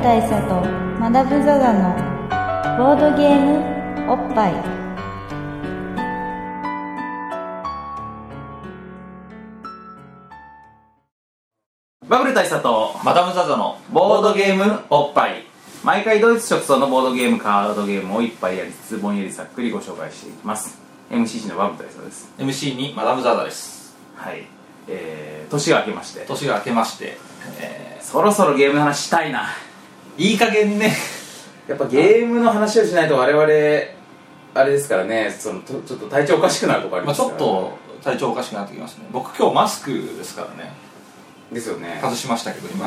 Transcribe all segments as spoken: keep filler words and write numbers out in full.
大佐とマダム・ザ・ザのボードゲームおっぱい。 バブル大佐とマダム・ザ・ザのボードゲームおっぱい。毎回ドイツ直送のボードゲームカードゲームを一杯やりつつぼんやりざっくりご紹介していきます。 エムシーシー のバブル大佐です。 エムシー にマダム・ザ・ザです。 はい、えー、年が明けまして年が明けまして、えそろそろゲームの話したいな。 ー、いい加減ねやっぱゲームの話をしないと我々あれですからね、そのとちょっと体調おかしくなるとこありまあ、 ますから、 ちょっと体調おかしくなってきますね。僕今日マスクですからね。 ですよね。 外しましたけど今、 うん、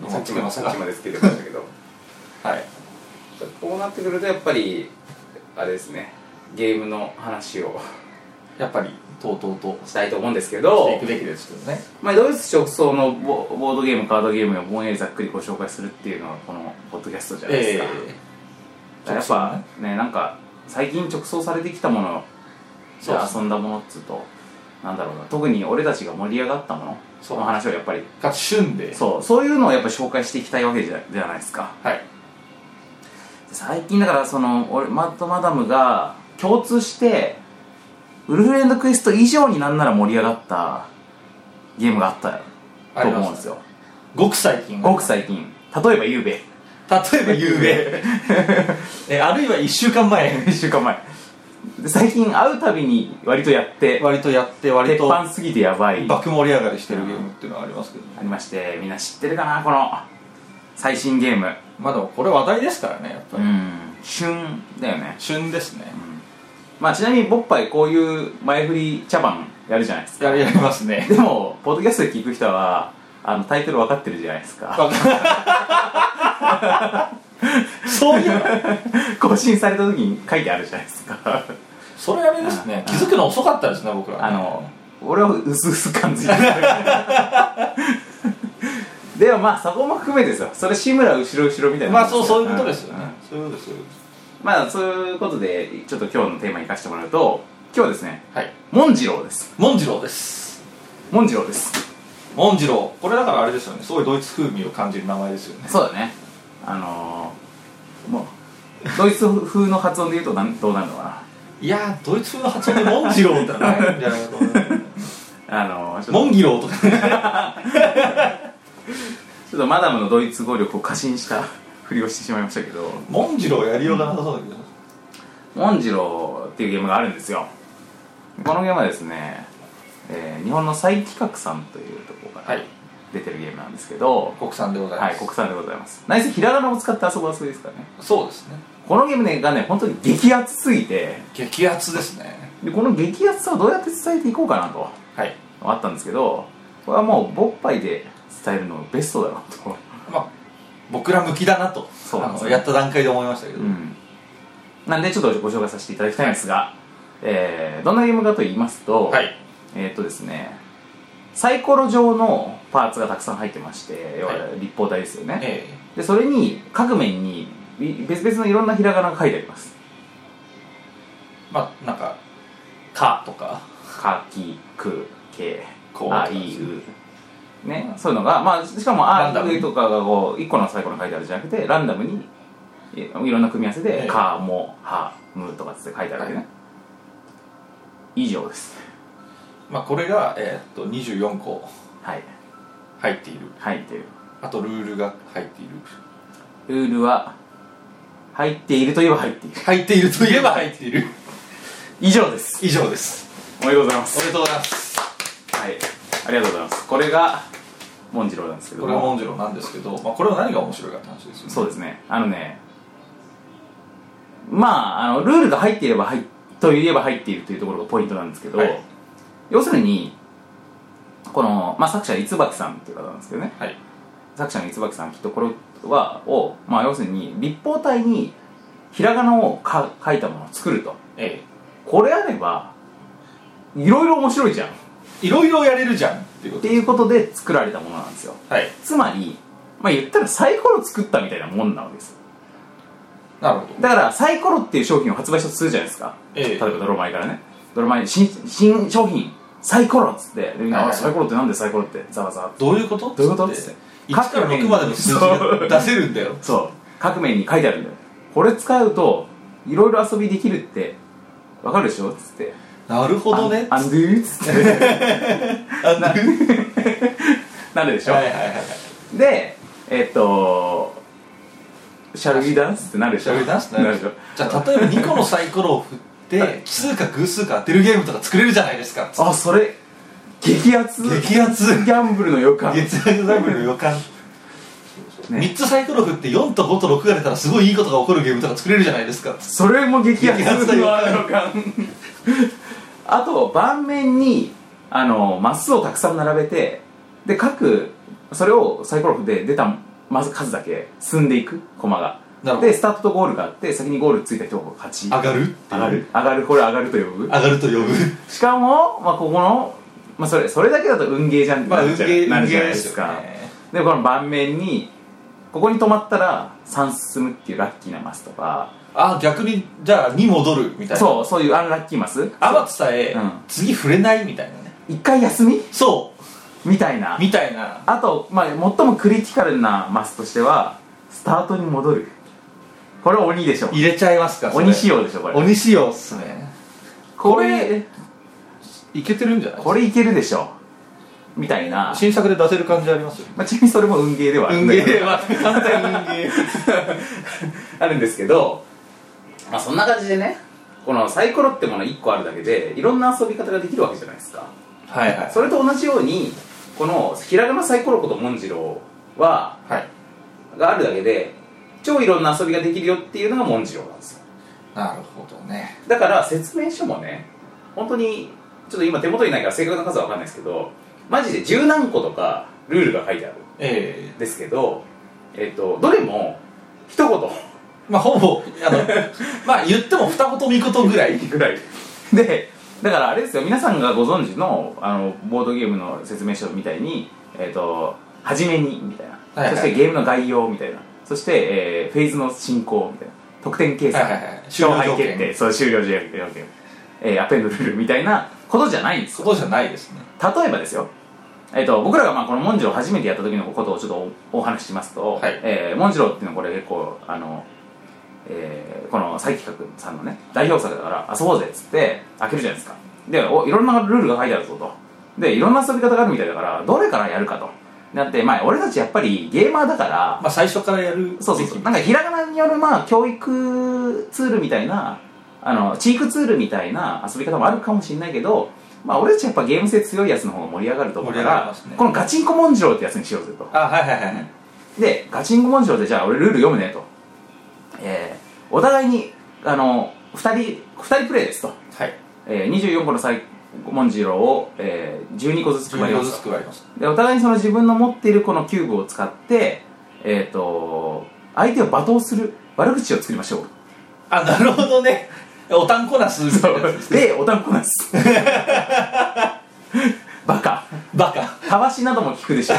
さっきまささっきまでつけてましたけどはい、 こうなってくるとやっぱりあれですね、ゲームの話をやっぱりとうとうとしたいと思うんですけど、 していくべきですけどね。 まあ、ドイツ直送の ボ, ボードゲームカードゲームをぼんやりざっくりご紹介するっていうのがこのポッドキャストじゃないですか、えー、やっぱね、なんか最近直送されてきたもので遊んだものっつうと、なんだろうな、特に俺たちが盛り上がったものの話をやっぱりかつ旬で、 そうそういうのをやっぱり紹介していきたいわけじゃ、じゃないですか。 はい。 最近だからその俺マットマダムが共通してウルフレンドクエスト以上になんなら盛り上がったゲームがあったと思うんですよ。 ごく最近ごく最近、例えばゆうべ、例えばゆうべえあるいはいっしゅうかんまえいっしゅうかんまえで、最近会うたびに割とやって割とやって割と鉄板すぎてやばい爆盛り上がりしてるゲームっていうのはありますけど、ね、 ありまして、みんな知ってるかな、この最新ゲーム。 まあでもこれ話題ですからね、やっぱり。 うん旬だよね。 旬ですね、 うん、まあちなみにボッパイこういう前振り茶番やるじゃないですか。 やりやりますね。 でもポッドキャストで聞く人はあのタイトル分かってるじゃないですか。 そういうの更新された時に書いてあるじゃないですか。 それあれですね、気づくの遅かったですね、僕らね。 あの俺は薄々感づいてる。でもまあそこも含めですよ。それ志村後ろ後ろみたいな。 まあそうそういうことですよね、 うん、 そういうことですそういうことです。 まあそういうことでちょっと今日のテーマに生かしてもらうと、今日はですね、 はい、 モンジローです。 モンジローですモンジローですモンジロー、これだからあれですよね、すごいドイツ風味を感じる名前ですよね。 そうだね。あのー、もうドイツ風の発音で言うとなんどうなるのかな。 いやー、ドイツ風の発音でモンジローってないんじゃないかと思う。 あのー、 モンギローとかちょっとマダムのドイツ語力を過信したふりをしてしまいましたけど、 モンジローやりようがなさそうだけど、 モンジローっていうゲームがあるんですよ。このゲームはですね、えー、日本の再企画さんというところから出てるゲームなんですけど、 国産でございます。 はい、国産でございます。何せひらがなを使って遊ぶ遊びですからね。 そうですね。 このゲーム、ね、がね、本当に激アツすぎて、 激アツですね。 でこの激アツさをどうやって伝えていこうかなと、はい、あったんですけど、これはもうボッパイで伝えるのがベストだろうと、 まあ、僕ら向きだなと、そうなんですね、やった段階で思いましたけど、うん、 なんでちょっとご紹介させていただきたいんですが、はい、えー、どんなゲームかと言いますと、はい、えーっとですね、サイコロ状のパーツがたくさん入ってまして、要は立方体ですよね、はい、でそれに各面に別々のいろんなひらがなが書いてあります。 まあなんか「か」とか 「か」「き」「く」「け」「あ」「い」「う」ね、そういうのが、まあ、しかも「あ」「う」とかがこういっこのサイコロに書いてあるじゃなくて、ランダムにいろんな組み合わせで「か」「も」「は」「む」とかって書いてあるわけね、はい、以上です。 まあこれが、えー、っとにじゅうよんこ入っている、 入っている。 あとルールが入っている。 ルールは入っているといえば入っている入っているといえば入っている以上です。 以上です。 おめでとうございます。 おめでとうございます。 はい、ありがとうございます。これがモンジローなんですけども、 これはモンジローなんですけど、まあ、これは何が面白いかって話ですよね。 そうですね、あのね、まあ、あのルールが入っていれば入といえば入っているというところがポイントなんですけど、はい、要するにこの、まあ、作者は椿さんっていう方なんですけどね、はい、作者の椿さんきっとこれはを、まあ、要するに立方体にひらがなをか書いたものを作ると、ええ、これあればいろいろ面白いじゃん、 いろいろやれるじゃんっていうことっていうことで作られたものなんですよ、はい、つまり、まあ、言ったらサイコロ作ったみたいなもんなわけです。 なるほど。 だからサイコロっていう商品を発売したとするじゃないですか、ええ、例えば泥米からね、泥米新新商品サイコロっつって、でみんな、はいはい、サイコロってなんでサイコロってざわざわどういうことどういうことっつっていちからろくまでの数字が出せるんだよ。 そう各面に書いてあるんだよ。これ使うといろいろ遊びできるってわかるでしょっつって。 なるほどね。 アンドゥーっつってアンドゥなるでしょ、 はいはいはい、 でえー、っとシャルビーダンスってなるでしょ。 シャルビーダンスってなるでしょ。じゃあ例えばにこのサイコロを振って奇数か偶数か当てるゲームとか作れるじゃないですか。 あ、それ激アツ激アツギャンブルの予感。 激アツギャンブルの予感ね、みっつサイコロ振ってよんとごとろくが出たらすごいいいことが起こるゲームとか作れるじゃないですか。 それも激アツの予感あと盤面にあのマスをたくさん並べて、で各それをサイコロ振って出たまず数だけ進んでいく駒がで、スタートとゴールがあって、先にゴールついた人が勝ち。 上がる上がる上がるこれ上がると呼ぶ上がると呼ぶしかも、まあ、ここの、まあ、それそれだけだと運ゲーじゃんってなるじゃないですか。でこの盤面にここに止まったらさん進むっていうラッキーなマスとか、 あ、逆にじゃあに戻るみたいな。 そうそういうアンラッキーマス、 あまつさえ、うん、次触れないみたいなね。 一回休みそうみたいなみたいな。 あと、まあ、最もクリティカルなマスとしてはスタートに戻る。これ鬼でしょ。 入れちゃいますか。 鬼仕様でしょこれ。 鬼仕様っすね。これいけてるんじゃないですか。 これいけるでしょみたいな新作で出せる感じありますよ、 まあ、ちなみにそれも運ゲーではあるんだけど、 運ゲーは完全に運ゲーあるんですけど、まあ、そんな感じでね、このサイコロってものいっこあるだけでいろんな遊び方ができるわけじゃないですか。 はいはい。 それと同じようにこのひらがなサイコロことモンジローは、はい、があるだけで超いろんな遊びができるよっていうのがモンジローなんですよ。 なるほどね。 だから説明書もね、本当にちょっと今手元にないから正確な数は分かんないですけど、マジで十何個とかルールが書いてある、えー、ですけど、えっとどれも一言、 まあほぼあのまあ言っても二言三言ぐらいぐらいで、だからあれですよ、皆さんがご存知のあのボードゲームの説明書みたいに、えっと初めにみたいな、はいはい、そしてゲームの概要みたいな、そして、えー、フェーズの進行みたいな、得点計算、はいはいはい、勝敗決定、そう終了条件、えー、アペンドルールみたいなことじゃないんですよ。 ことじゃないですね。 例えばですよ、えー、と僕らがまあこのモンジローを初めてやった時のことをちょっと お, お話ししますと、はい、えー、モンジローっていうのはこれ結構あの、えー、この再企画さんのね代表作だから遊ぼうぜっつって開けるじゃないですか。でおいろんなルールが書いてあるぞと、でいろんな遊び方があるみたいだからどれからやるかとなって、まあ、俺たちやっぱりゲーマーだから、 まあ、最初からやる。 そうそうそう、なんかひらがなによるまあ教育ツールみたいな、あのチークツールみたいな遊び方もあるかもしれないけど、まあ、俺たちやっぱゲーム性強いやつの方が盛り上がると思うから、ね、このガチンコモンジローってやつにしようぜと。 あ、はいはいはい。 でガチンコモンジローでじゃあ俺ルール読むねと、えー、お互いにあのふたりふたりプレイですと、はい、えー、にじゅうよんこのサイモンジローを、えー、じゅうにこずつ配りますと。でお互いにその自分の持っているこのキューブを使って、えー、と相手を罵倒する悪口を作りましょう。 あ、なるほどね。おたんこなすみたいなやつで、おたんこなすバカバカたわしなども聞くでしょ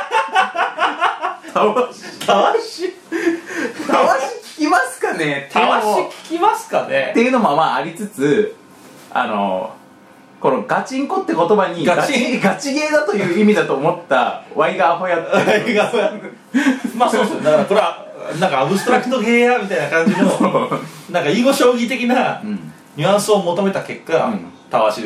たわしたわしたわし聞きますかね。 たわし聞きますかねっていうのもまあありつつ、あのこのガチンコって言葉にガチガチゲーだという意味だと思ったワイがアホやってまあそうですよ。だからこれはなんかアブストラクトゲーやみたいな感じのなんか囲碁将棋的なニュアンスを求めた結果、うん、たわしです。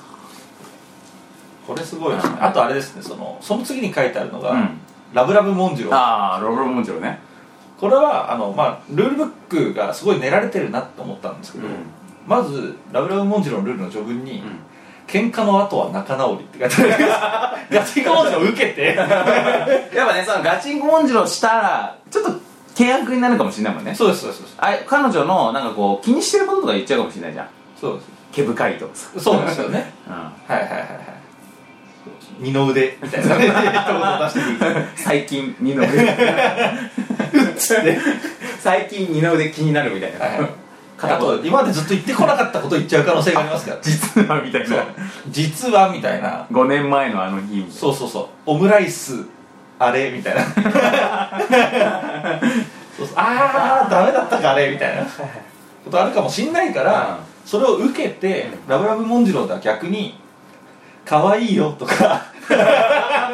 これすごいですね。あとあれですね、そのその次に書いてあるのが、うん、ラブラブモンジロー。 ああ、ラブラブモンジローね。 これはあの、まあ、ルールブックがすごい練られてるなと思ったんですけど、うん、まずラブラブモンジローのルールの序文に、うん、喧嘩の後は仲直りって書いてあるガチンコモンジローを受けてやっぱね、そのガチンコモンジローしたらちょっと契約になるかもしれないもんね。 そうですそうですそうです。 あ、彼女のなんかこう気にしてることとか言っちゃうかもしれないじゃん。 そうです。 毛深いとかさ。そうですよね、うん、はいはいはいはい。二の腕みたいなね一言出してくる最近二の腕つって最近二の腕気になるみたいな、はい、 あと今までずっと言ってこなかったこと言っちゃう可能性がありますから実はみたいな、 実はみたいな、 ごねんまえのあの日、 そうそうそう、オムライスあれみたいなそうそう、あーダメだったかあれみたいなことあるかもしんないから、うん、それを受けて、ラブラブモンジローでは逆に可愛いよとか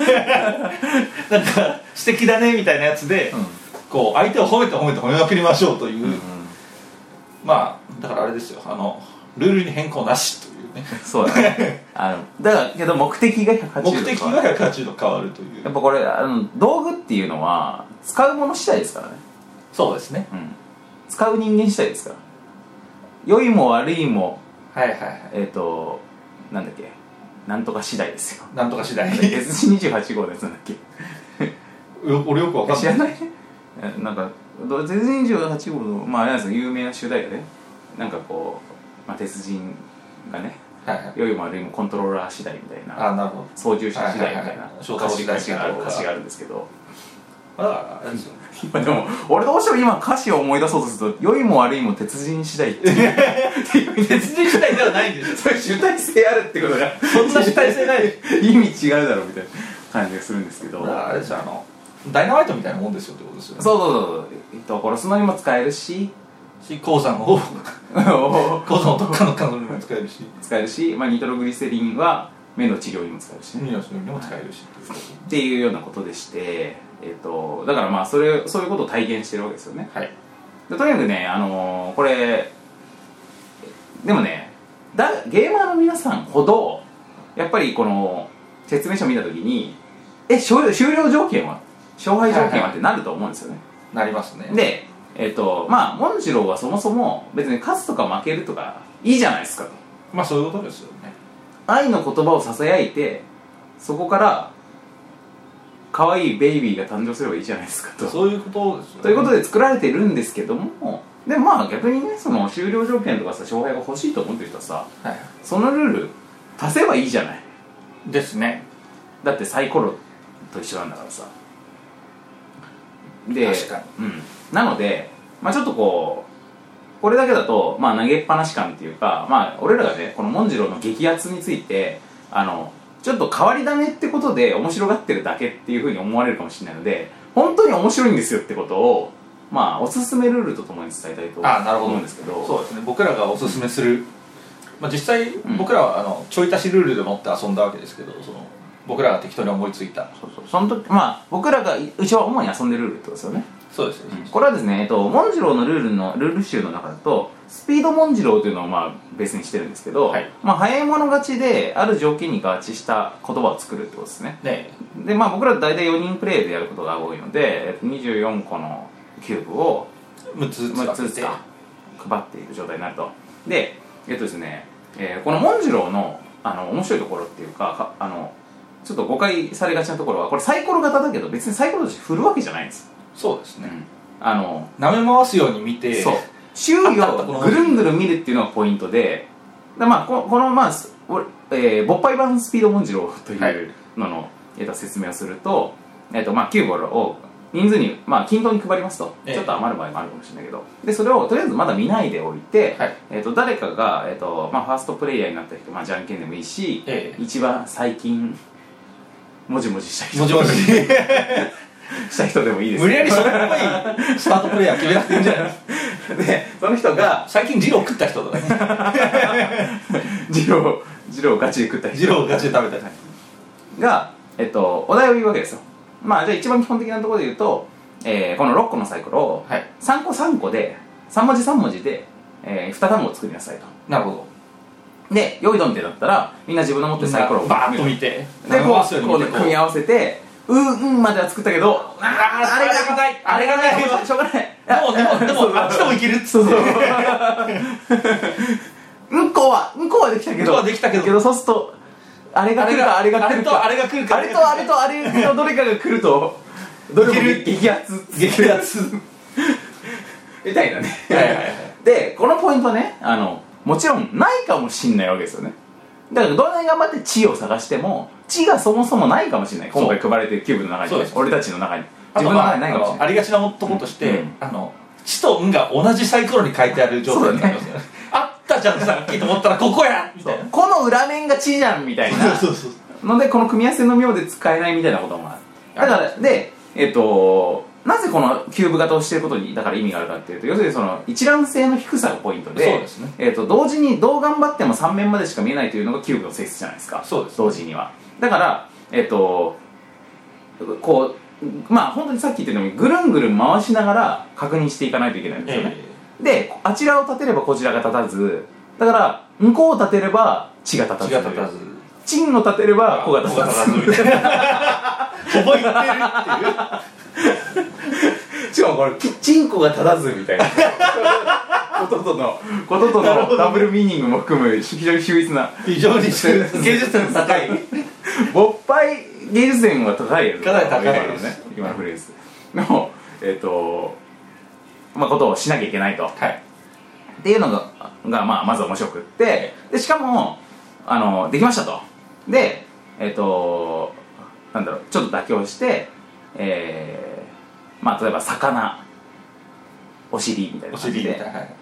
なんか素敵だねみたいなやつで、うん、こう相手を褒めて褒めて褒めまくりましょうという、うんうん、まあだからあれですよ、あのルールに変更なしというね。 そうだね。あのだからけど目的がひゃくはちじゅうど目的がひゃくはちじゅうど変わるという。 やっぱこれあの道具っていうのは使うもの次第ですからね。 そうですね、 うん、使う人間次第ですから。良いも悪いも、 はいはいはい、 えっ、ー、となんだっけ、なんとか次第ですよ。 なんとか次第。 鉄人にじゅうはち号のやつなんだっけ。 俺よくわかんない。 知らない。なんか鉄人にじゅうはち号のまああれなんですよ、有名な主題歌で、なんかこう、まあ、鉄人がね、はいはい、良いも悪いもコントローラー次第みたいな、 あ、なるほど、 操縦者次第みたいな歌詞があるんですけど、 だからあれですよね。 今でも俺どうしても今歌詞を思い出そうとすると良いも悪いも鉄人次第っていう鉄人次第ではないんですよ。 それ主体性あるってことがそんな主体性ない意味違うだろうみたいな感じがするんですけど、 あれですよ、あのダイナマイトみたいなもんですよってことですよね。 そうそうそう、えっと、殺すのにも使えるし、 鉱山を鉱山をどっかのカノにも使えるし使えるし、まあ、ニトログリセリンは目の治療にも使えるし、ね、 目の治療にも使えるし、 はい、っていうようなことでして、えっと、だからまあそれそういうことを体験してるわけですよね、 はい、 でとにかくね、あのー、これでもねだゲーマーの皆さんほどやっぱりこの説明書を見たときにえ終了条件は勝敗条件はってなると思うんですよね、 なりますね。 でえっとまあモンジローはそもそも別に勝つとか負けるとかいいじゃないですかと、 まあそういうことですよね。 愛の言葉をささやいてそこから可愛いベイビーが誕生すればいいじゃないですかと、 そういうことですよね。 ということで作られてるんですけども、でもまあ逆にね、その終了条件とかさ勝敗が欲しいと思ってる人はさ、はい、そのルール足せばいいじゃない。 ですね。 だってサイコロと一緒なんだからさ。で、 確かに、 うん、なので、まあ、ちょっとこうこれだけだと、まあ、投げっぱなし感っていうか、まあ、俺らがねこのモンジローの激アツについてあのちょっと変わり種ってことで面白がってるだけっていうふうに思われるかもしれないので、本当に面白いんですよってことを、まあ、おすすめルールとともに伝えたいと思うんですけど、 そうですね、僕らがおすすめする、まあ、実際僕らはあのちょい足しルールでもって遊んだわけですけど、その僕らが適当に思いついた、 そうそう、その時まあ僕らがうちは主に遊んでるルールってことですよね。 そうです、うん、 これはですね、えっと、モンジローのルールのルール集の中だとスピードモンジローというのをまあベースにしてるんですけど、はい、まあ、早い者勝ちである条件に合致した言葉を作るってことですね。で、でまあ、僕ら大体よにんプレイでやることが多いのでにじゅうよんこのキューブをむつずつむっつずつか配っている状態になると。で、えっとですね、えー、このモンジローのあの面白いところっていうか、かあのちょっと誤解されがちなところは、これサイコロ型だけど別にサイコロとして振るわけじゃないんです。 そうですね、 うん、あの舐め回すように見て、そう周囲をぐるんぐるん見るっていうのがポイントで、で、まあ、こ, この、まあえー、勃発版スピードモンジローというのの、はい、えー、と説明をすると、えーとまあ、キューブを人数に、まあ、均等に配りますと、えー、ちょっと余る場合もあるかもしれないけど、でそれをとりあえずまだ見ないでおいて、はい、えー、と誰かが、えーとまあ、ファーストプレイヤーになった人、まあ、じゃんけんでもいいし、えー、一番最近もじもじした人もじもじした人でもいいです、 無理やりそれっぽいスタートプレイヤー決めなくていいんじゃないで、その人が最近ジロー食った人とかねジロー、ジローガチで食った人、 ジローガチで食べた人が、えっと、お題を言うわけですよ。まあじゃあ一番基本的なところで言うと、えー、このろっこのサイコロをさんこさんこでさん文字さん文字で、えー、に単語を作りなさいと。 なるほど。 で、よいどんってなったらみんな自分の持ってるサイコロをバーッと見て、 でこう、こう組み合わせて、うんうんまでは作ったけど、ああれがない、あれがない、 しょうがない。 でもでもでもあっちでもいけるっつって。 そうそう。うんこはうんこはできたけど、 うんこはできたけど、 けどそうするとあれが来るかあれが来るか、 あれが来るか、 あれとあれとあれのどれかが来るとどれも激アツ激アツみたいなね。でこのポイントね、あのもちろんないかもしんないわけですよね。だからどんなに頑張って地を探しても地がそもそもないかもしれない。今回配られてるキューブの中に、俺たちの中に自分の中にないかもしれない。ありがちなところとして、あの地と運が同じサイコロに書いてある状態になりますよね。あったじゃんさっきと思ったらここやみたいな、 この裏面が地じゃんみたいなので、この組み合わせの妙で使えないみたいなこともある。だからで、えっとなぜこのキューブ型をしていることにだから意味があるかっていうと、要するにその一覧性の低さがポイントで、 そうですね、 えっと同時にどう頑張ってもさん面までしか見えないというのがキューブの性質じゃないですか。 そうです。 同時にはだから、えっとこうまあ本当にさっき言ったようにぐるんぐるん回しながら確認していかないといけないんですよね、えー、であちらを立てればこちらが立たず、だから向こうを立てれば地が立たず、 立たずチンを立てれば子が立たずみたいなほぼ言ってるっていうしかもこれチンコが立たずみたいなこととのこととのダブルミーニングも含む非常に秀逸な非常に芸術点の高い勃発芸術点は高いやつかなり高い今のね今のフレーズのえっ、ー、とまあことをしなきゃいけないと、はい、っていうのががまあまず面白くって、でしかもあのできましたと。でえっ、ー、となんだろうちょっと妥協して、えー、まあ例えば魚お尻みたいな感じで、はい、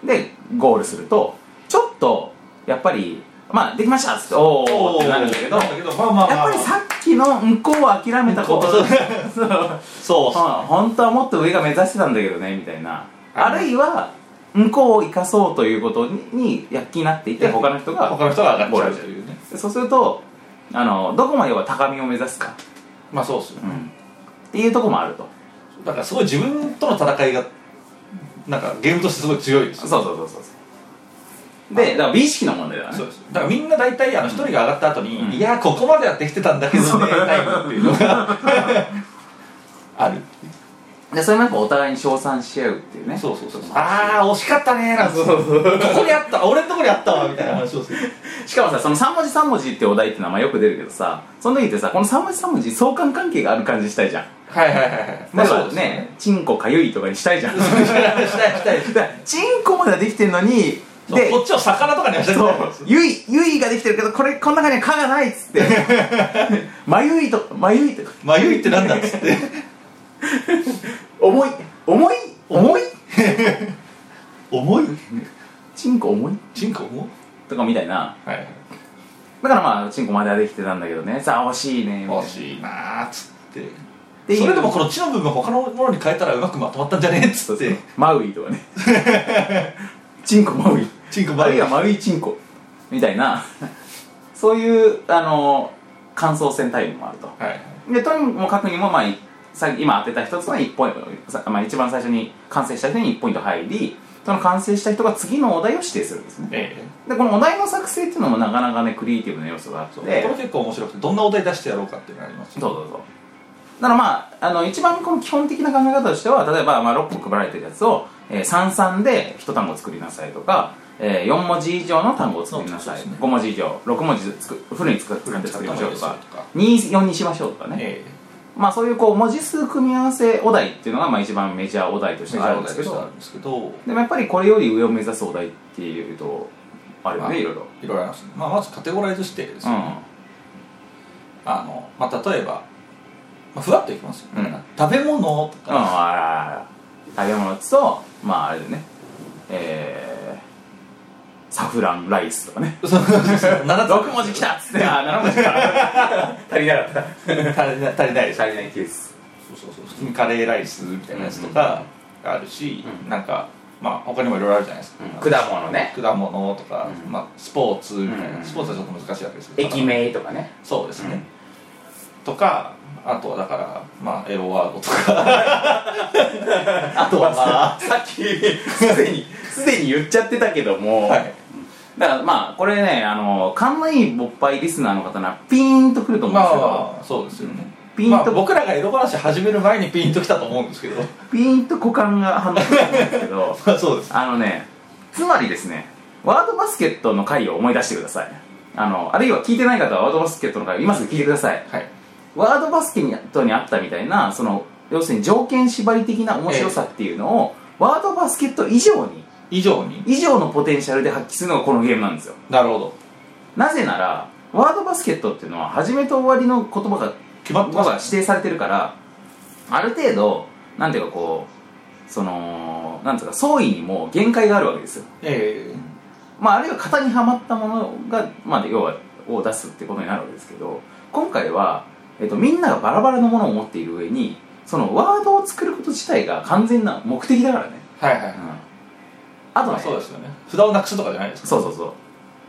でゴールするとちょっとやっぱりまあできましたっつっておーってなるんだけど、まあまあ、やっぱりさっきの向こうを諦めたことそうそう本当はもっと上が目指してたんだけどねみたいな、あるいは向こうを生かそうということに躍起になっていて他の人が他の人が上がっちゃうというね。 そうするとあのどこまでは高みを目指すか、 まあそうっすよ、ね、うん、 っていうところもあると。 だからすごい自分との戦いがなんかゲームとしてすごい強いですよ、ね、 そうそうそうそうで、だから美意識の問題だね。 そうです。だからみんな大体あの一人が上がった後に、うん、いやここまではできてたんだけどねタイムっていうのがある。 でそれもやっぱお互いに称賛し合うっていうね。 そうそうそう。ああ惜しかったねーなんて。そうそうそう。ここにあった俺のとこにあったわみたいな話をする。 しかもさそのさん文字さん文字ってお題って名前よく出るけどさ、その時ってさこのさん文字さん文字相関関係がある感じしたいじゃん。 はいはいはいはい。 まあそうですね。チンコかゆいとかにしたいじゃん。したいしたいしたい。チンコまではできてるのに。 でこっちを魚とかにはしたくないですよ。 ゆいゆいができてるけどこれこの中には「か」がないっつってまゆいとまゆいとかまゆいってなんだっつって重い重い重い重いチンコ重いチンコ重いとかみたいな、 はい、 だからまあチンコまではできてたんだけどね、さあ惜しいね惜しいなーっつってそれでもこの血の部分他のものに変えたらうまくまとまったんじゃねえっつってマウイとかねチンコマウイチンコマウイあるいはマウイチンコみたいなそういうあの感想戦タイムもあると、はい、でとにもかくにも、まあ、今当てた一つのいちポイント、まあ、一番最初に完成した人にいちポイント入り、その完成した人が次のお題を指定するんですね、ええ、でこのお題の作成っていうのもなかなかねクリエイティブな要素があって、これ結構面白くてどんなお題出してやろうかっていうのがあります、ね、 そうそうそう。だからまあ、あの一番この基本的な考え方としては、例えばまあろっこ配られてるやつを、えー、さんさんでいち単語作りなさいとか、えー、よん文字以上の単語を作りなさい、ね、ご文字以上ろく文字つくフルに使って作りましょうとかに、よんにしましょうとかね、えー、まあそういうこう文字数組み合わせお題っていうのがまあ一番メジャーお題としてあるんですけど、でもやっぱりこれより上を目指すお題っていうとあるよね、まあ、いろいろいろいろあります、ね、まあ、まずカテゴライズしてですね、うん、あのまあ、例えばまあ、ふわっといきますよ、うん、食べ物とか、うん、 あ食べ物とまああれでね、えー、サフランライスとかねろく文字きたっつってあなな文字か足りなかった足りな足りない足りないケース、 そうそうそう普通にカレーライスみたいなやつとかあるし、うん、なんかまあ他にもいろいろあるじゃないですか、 うん、果物ね果物とか、うん、まあ、スポーツみたいな、 うん、 スポーツはちょっと難しいわけですけど駅名とかね、 そうですね、うん、とかあとはだからまあエロワードとかあとはまあさっきすでにすでに言っちゃってたけども、はい、だからまあこれねあの勘のいい勃発リスナーの方ならピーンとくると思うんですけど、 まあ、そうですよね、ピーンと、まあ、僕らがエロ話始める前にピーンときたと思うんですけどピーンと股間が反応すると思うんですけどまあそうです、 あのねつまりですねワードバスケットの回を思い出してください。あのあるいは聞いてない方はワードバスケットの回を今すぐ聞いてください、はい、ワードバスケットにあったみたいなその要するに条件縛り的な面白さっていうのを、えー、ワードバスケット以上に以上に以上のポテンシャルで発揮するのがこのゲームなんですよ。 なるほど。 なぜならワードバスケットっていうのは始めと終わりの言葉が決まってます、 指定されてるからある程度なんていうかこうそのなんていうか創意にも限界があるわけですよ。ええーまあ、あるいは型にはまったものが、まあ、要はを出すってことになるわけですけど、今回は、えっと、みんながバラバラのものを持っている上にそのワードを作ること自体が完全な目的だからね。 はいはい、うん、 あとね、 まあ、そうですよね、札をなくすとかじゃないですか、 そうそうそう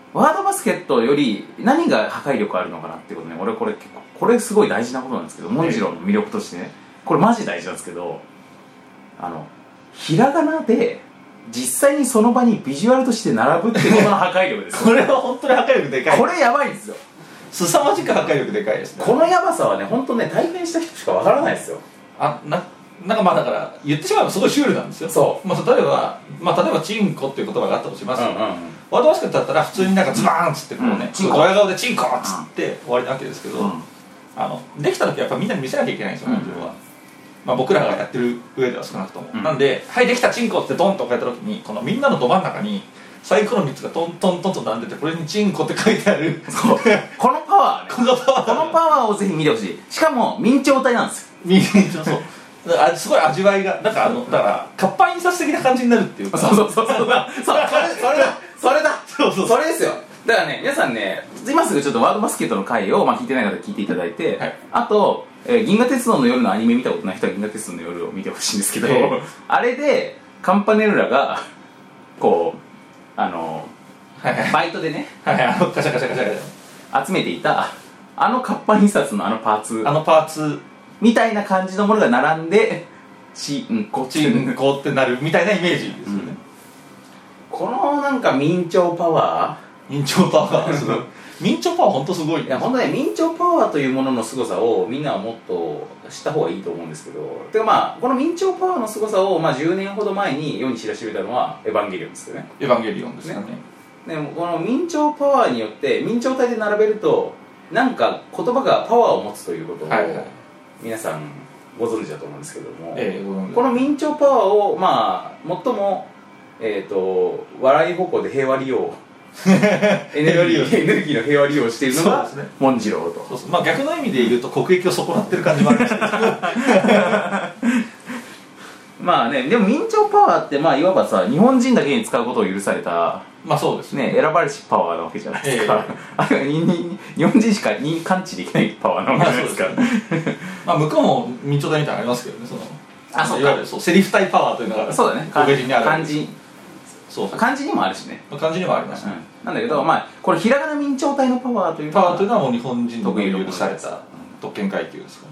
ワードバスケットより何が破壊力あるのかなっていうことね、俺これ結構これすごい大事なことなんですけど、モンジローの魅力としてね、これマジ大事なんですけど、あのひらがなで実際にその場にビジュアルとして並ぶっていうことの破壊力ですこれは本当に破壊力でかい。 これやばいんですよ。 凄まじく破壊力でかいですね。 このやばさはね、本当ね、体験した人しかわからないですよ。 あななんかまあだから言ってしまえばすごいシュールなんですよ。 そう、 まあ、例えば、まあ、例えばチンコっていう言葉があったとしますよ、 うんうんうん、 ワードバスケットだったら普通になんかズバーンっつってこうね、 うん、チンコドヤ顔でチンコっつって終わりなわけですけど、 うん、 あのできた時はやっぱみんなに見せなきゃいけないんですよ、本当は、まあ、僕らがやってる上では少なくとも、うん、なんで「はいできたチンコ」ってドンと書いた時にこのみんなのど真ん中にサイコロみっつがトントントンと並んでて、これにチンコって書いてあるそうこのパワー、ね、 このパワーこのパワーをぜひ見てほしい。しかも明朝体なんですよ。 みんなそうだからすごい味わいが、なんかあのだから活版印刷的な感じになるっていうか、 そうそうそうそうそうそれそれだそれだそうそうそれですよ。だからね、皆さんね、今すぐちょっとワードバスケットの回を、まあ、聞いてない方聞いていただいて、はい、あと、えー、銀河鉄道の夜のアニメ見たことない人は銀河鉄道の夜を見てほしいんですけど、えー、あれでカンパネルラがこうあの、はいはい、バイトでね、 はいはい、あのカシャカシャカシャカシャ集めていたあの活版印刷のあのパーツあのパーツみたいな感じのものが並んでチンコチンコってなるみたいなイメージですよね、うん、 このなんか明朝パワー明朝パワーすごい明朝パワー本当すごい。 いや本当ね、明朝パワーというものの凄さをみんなはもっと知った方がいいと思うんですけど、てかまあこの明朝パワーの凄さを、まあ、じゅうねんほど前に世に知らしめたのはエヴァンゲリオンですよね。 エヴァンゲリオンですよね。 でもこの明朝パワーによって明朝体で並べるとなんか言葉がパワーを持つということを、はいはい、皆さんご存知だと思うんですけども、えー、この明朝パワーをまあ最も、えー、と笑い矛で平和利用エネルギーエネルギーの平和利用をしているのがモンジローと。 そうそう、まあ、逆の意味で言うと国益を損なってる感じもあるんですけどまあね、でも明朝パワーってまあいわばさ、日本人だけに使うことを許された、 まあそうですね、 ね、選ばれしパワーなわけじゃないですか、えー、あれは日本人しか感知できないパワーなわけじゃないですか。 まあ向こうも明朝体みたいなのありますけどね、そのあそういわゆるそうセリフ体パワーというのがそうだね、 漢字にある漢字そうそう漢字にもあるしね、 漢字にもあります、ね、 うん、なんだけど、まあ、これひらがな明朝体のパワーというパワーというのはもう日本人の許された特権階級ですから、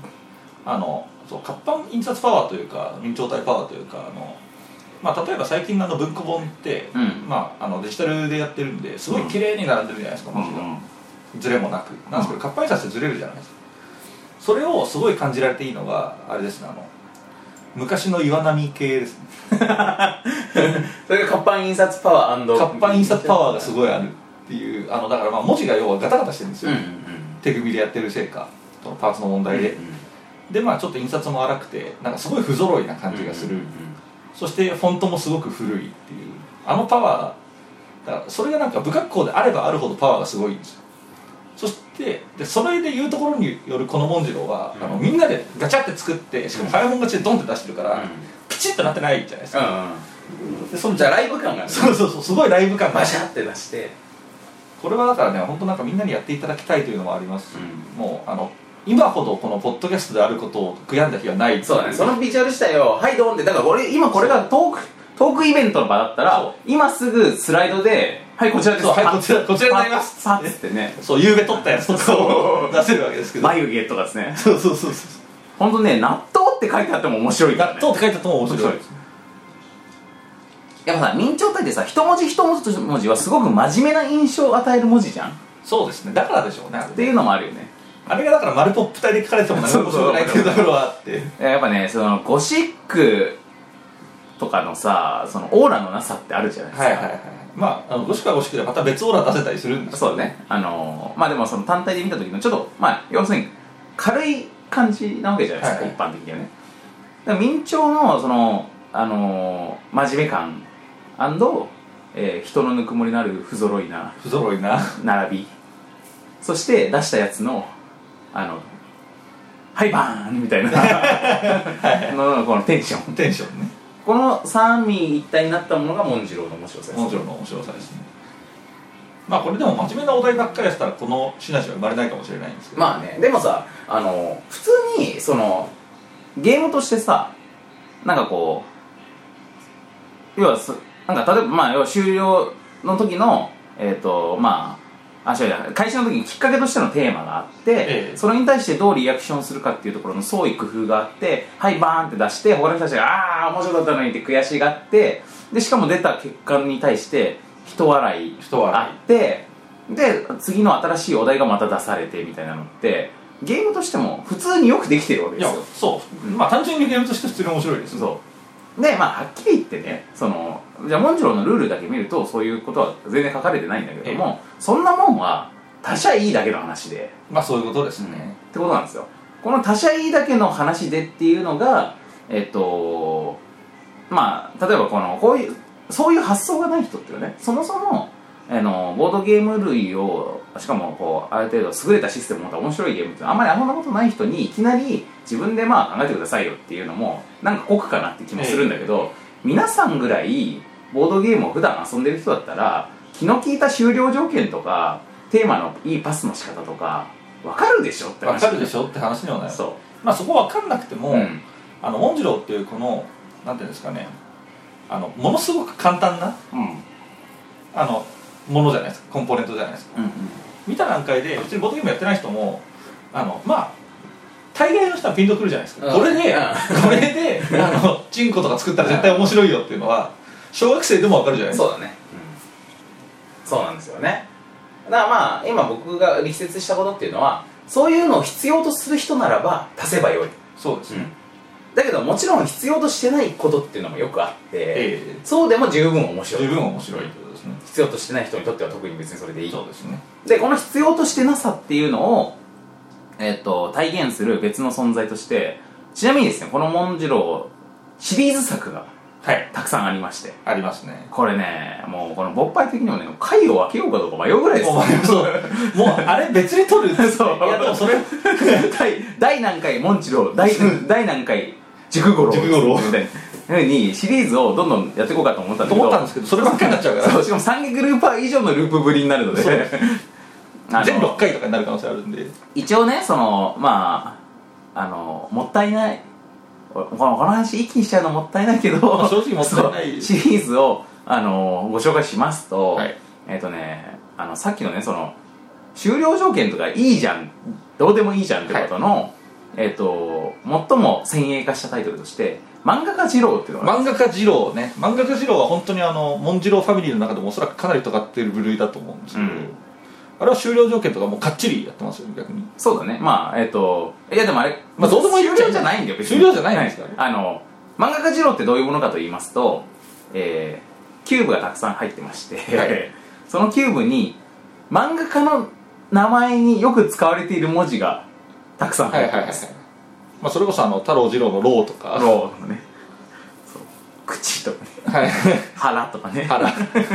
あのそう活版印刷パワーというか明朝体パワーというか、あの、まあ、例えば最近のあの文庫本って、うん、まあ、あのデジタルでやってるんですごい綺麗に並んでるじゃないですか、文字が、うん、ズレもなくなんですけど、活版印刷ってズレるじゃないですか。それをすごい感じられていいのがあれですね、あの昔の岩波系ですねそれが活版印刷パワー& 活版印刷パワーがすごいあるっていう、あのだからまあ文字が要はガタガタしてるんですよ、うんうん、手組みでやってるせいか、そのパーツの問題で、うんうん、でまあちょっと印刷も荒くてなんかすごい不揃いな感じがする、うんうんうん、そしてフォントもすごく古いっていうあのパワーだから、それがなんか不格好であればあるほどパワーがすごいんですよ。そしてでそれでいうところによるこのモンジローは、うん、あのみんなでガチャって作ってしかも早本勝ちでドンって出してるから、うん、ピチッとなってないじゃないですか、 うん、でそのじゃあライブ感がね、 そうそうそう、すごいライブ感がバシャって出して、 これはだからね本当なんかみんなにやっていただきたいというのもありますし、うん、もうあの今ほどこのポッドキャストであることを悔やんだ日はない。 そうだね、そのビジュアル自体をはいドンって、だから俺今これがトークトークイベントの場だったら今すぐスライドではいこちらです、 はいこちらこちらになりますパッってね、 そう夕べ撮ったやつとかを出せるわけですけど、 眉毛とかですね、 そうそうそうそう、 本当ね、納豆って書いてあっても面白いから、ね、 納豆って書いてあっても面白いです。 やっぱさ、明朝体ってさ、一文字一文字はすごく真面目な印象を与える文字じゃん。 そうですね、だからでしょうねっていうのもあるよね。 あれがだから丸ポップ体で書かれても何も面白くないっていうところはあってやっぱね、そのゴシックとかのさ、そのオーラのなさってあるじゃないですか。 はいはいはい、まあ、あのゴシックはゴシックでまた別オーラ出せたりするんですけど、 そうね、あのー、まあでもその単体で見た時のちょっとまあ要するに軽い感じなわけじゃないですか、はいはい、一般的にはね。だから明朝のその、あのー、真面目感えー、人のぬくもりのある不揃いな不揃いな並び、そして出したやつのあのはいバーンみたいなのこのテンションテンションね、 この三位一体になったものがモンジローの面白さです。 モンジローの面白さですね。まあこれでも真面目なお題ばっかりやったらこのシナジーは生まれないかもしれないんですけど、 まあね、でもさ、あの普通にそのゲームとしてさ、なんかこう要はなんか例えばまあ要は終了の時のえっ、ー、とまああ違う開始の時にきっかけとしてのテーマがあって、ええ、それに対してどうリアクションするかっていうところの創意工夫があって、はいバーンって出して他の人たちがああ面白かったのにって悔しがって、でしかも出た結果に対して人笑いあって、で次の新しいお題がまた出されてみたいなのってゲームとしても普通によくできてるわけですよ。 そう、うん、まあ単純にゲームとして普通に面白いです。 そうで、まあはっきり言ってね、そのじゃあモンジローのルールだけ見るとそういうことは全然書かれてないんだけども、ええ、そんなもんは他者いいだけの話で、 まあそういうことですね、 うん、ってことなんですよ。この他者いいだけの話でっていうのがえっとまあ例えばこのこういうそういう発想がない人っていうね、そもそもあのボードゲーム類をしかもこうある程度優れたシステムを持った面白いゲームってあんまり遊んだことない人にいきなり自分でまあ考えてくださいよっていうのもなんか酷かなって気もするんだけど、えー、皆さんぐらいボードゲームを普段遊んでる人だったら気の利いた終了条件とかテーマのいいパスの仕方とか分かるでしょって話。 分かるでしょって話にはない。そう、まあそこ分かんなくても、うん、あのモンジローっていうこのなんていうんですかね、あのものすごく簡単な、うん、あのものじゃないですか、コンポーネントじゃないですか、うんうん、見た段階で別にボードゲームやってない人もあのまあ大概の人はピンとくるじゃないですか、うん、これで、うん、これであのチンコとか作ったら絶対面白いよっていうのは小学生でも分かるじゃないですか。 そうだね、うん、そうなんですよね。だからまあ今僕が力説したことっていうのはそういうのを必要とする人ならば足せばよい。 そうですね、 うん、だけどもちろん必要としてないことっていうのもよくあって、えー、そうでも十分面白い。 十分面白いってことですね。 必要としてない人にとっては特に別にそれでいい。 そうですね。 でこの必要としてなさっていうのを、えー、と体現する別の存在として、ちなみにですねこのモンジローシリーズ作がたくさんありまして、 はい、ありますね。 これねもうこの勃発的にもね回を分けようかどうか迷うぐらいですよ。 もうあれ別に取るそういやでもそれ第何回モンジロー第第何回熟五郎みたいな風にシリーズをどんどんやっていこうかと思ったんだけど思ったんですけどそればっかりになっちゃうからそうしかもさんグルーパー以上のループぶりになるので全ろっかいとかになる可能性あるんで、 一応ねそのまああのもったいないこのこの話一気にしちゃうのもったいないけど、まあ、 正直もったいないシリーズをあのご紹介しますと、はい、えっ、ー、とねあのさっきのねその終了条件とかいいじゃんどうでもいいじゃんってことの、はい、えっ、ー、と最も先鋭化したタイトルとして漫画家二郎っていうのが漫画家二郎ね。漫画家二郎は本当にあのモンジローファミリーの中でもおそらくかなり尖っている部類だと思うんですけど、うん、あれは終了条件とかもうかっちりやってますよね逆に。 そうだね。まあえっ、ー、といやでもあれ、まあ、どうでもいい終了じゃないんだよ別に。 終了じゃないんですかね。 あの漫画家二郎ってどういうものかと言いますと、えー、キューブがたくさん入ってまして、はい、そのキューブに漫画家の名前によく使われている文字がたくさん入ってます。 はいはいはいはい。まあそれこそあの太郎次郎のローとかローとかね、そう口とかね、はい、腹とかね、 腹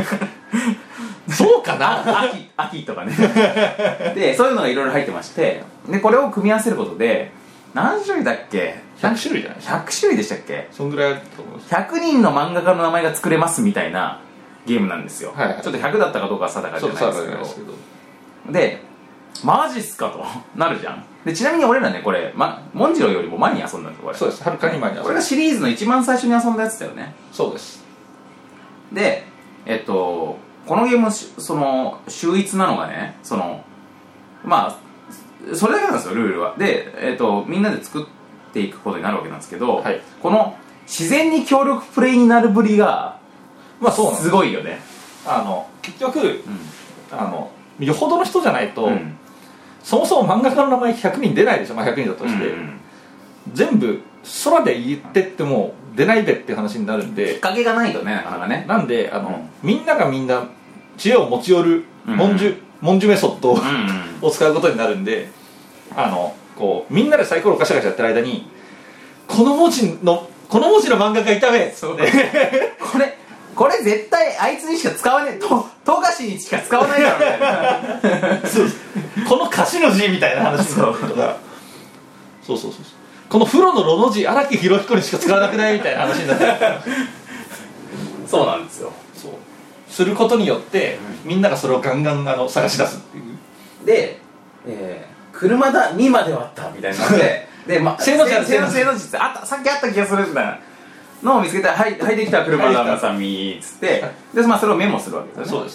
そうかな秋秋とかねでそういうのがいろいろ入ってまして、でこれを組み合わせることで何種類だっけ、 ひゃくしゅるいじゃないですか。 ひゃくしゅるいでしたっけ。 そんぐらいあると思います。 ひゃくにんの漫画家の名前が作れますみたいなゲームなんですよ、はいはい、ちょっとひゃくだったかどうかは定かじゃないですけど、でマジっすかとなるじゃん。でちなみに俺らねこれ、ま、モンジローよりも前に遊んだんですよこれ。 そうです、はるかに前に遊んだ。 これがシリーズの一番最初に遊んだやつだよね。 そうです。 でえっとこのゲームその秀逸なのがね、そのまあそれだけなんですよルールは。で、えっと、みんなで作っていくことになるわけなんですけど、はい、この自然に協力プレイになるぶりがまあそうなんです、すごいよね。 あの結局、うん、あのよほどの人じゃないと、うん、そもそも漫画家の名前ひゃくにん出ないでしょ、まあ、ひゃくにんだとして、うんうん、全部空で言ってっても出ないべっていう話になるんで、 きっかけがないとねなかなかね。 なんであの、うん、みんながみんな知恵を持ち寄る文殊、うんうん、文殊メソッドを、うんうん、を使うことになるんで、あのこうみんなでサイコロガシャガシャやってる間にこの文字のこの文字の漫画家いたべっつってこれこれ絶対あいつにしか使わねえと富樫にしか使わないだろみたいなそうこの歌詞の字みたいな話になるとかそうそうそうそうこの風呂のロの字荒木博彦にしか使わなくないみたいな話になってそうなんですよ。 そうすることによって、うん、みんながそれをガンガンあの探し出すっていうで、えー、車だにまではあったみたいなのでで、ま、正の字正の字正の字ってあったさっきあった気がするみたいなのを見つけたら「はい、はい、できた車だまさみ」っつってで、まあ、それをメモするわけですよね。 そうですね。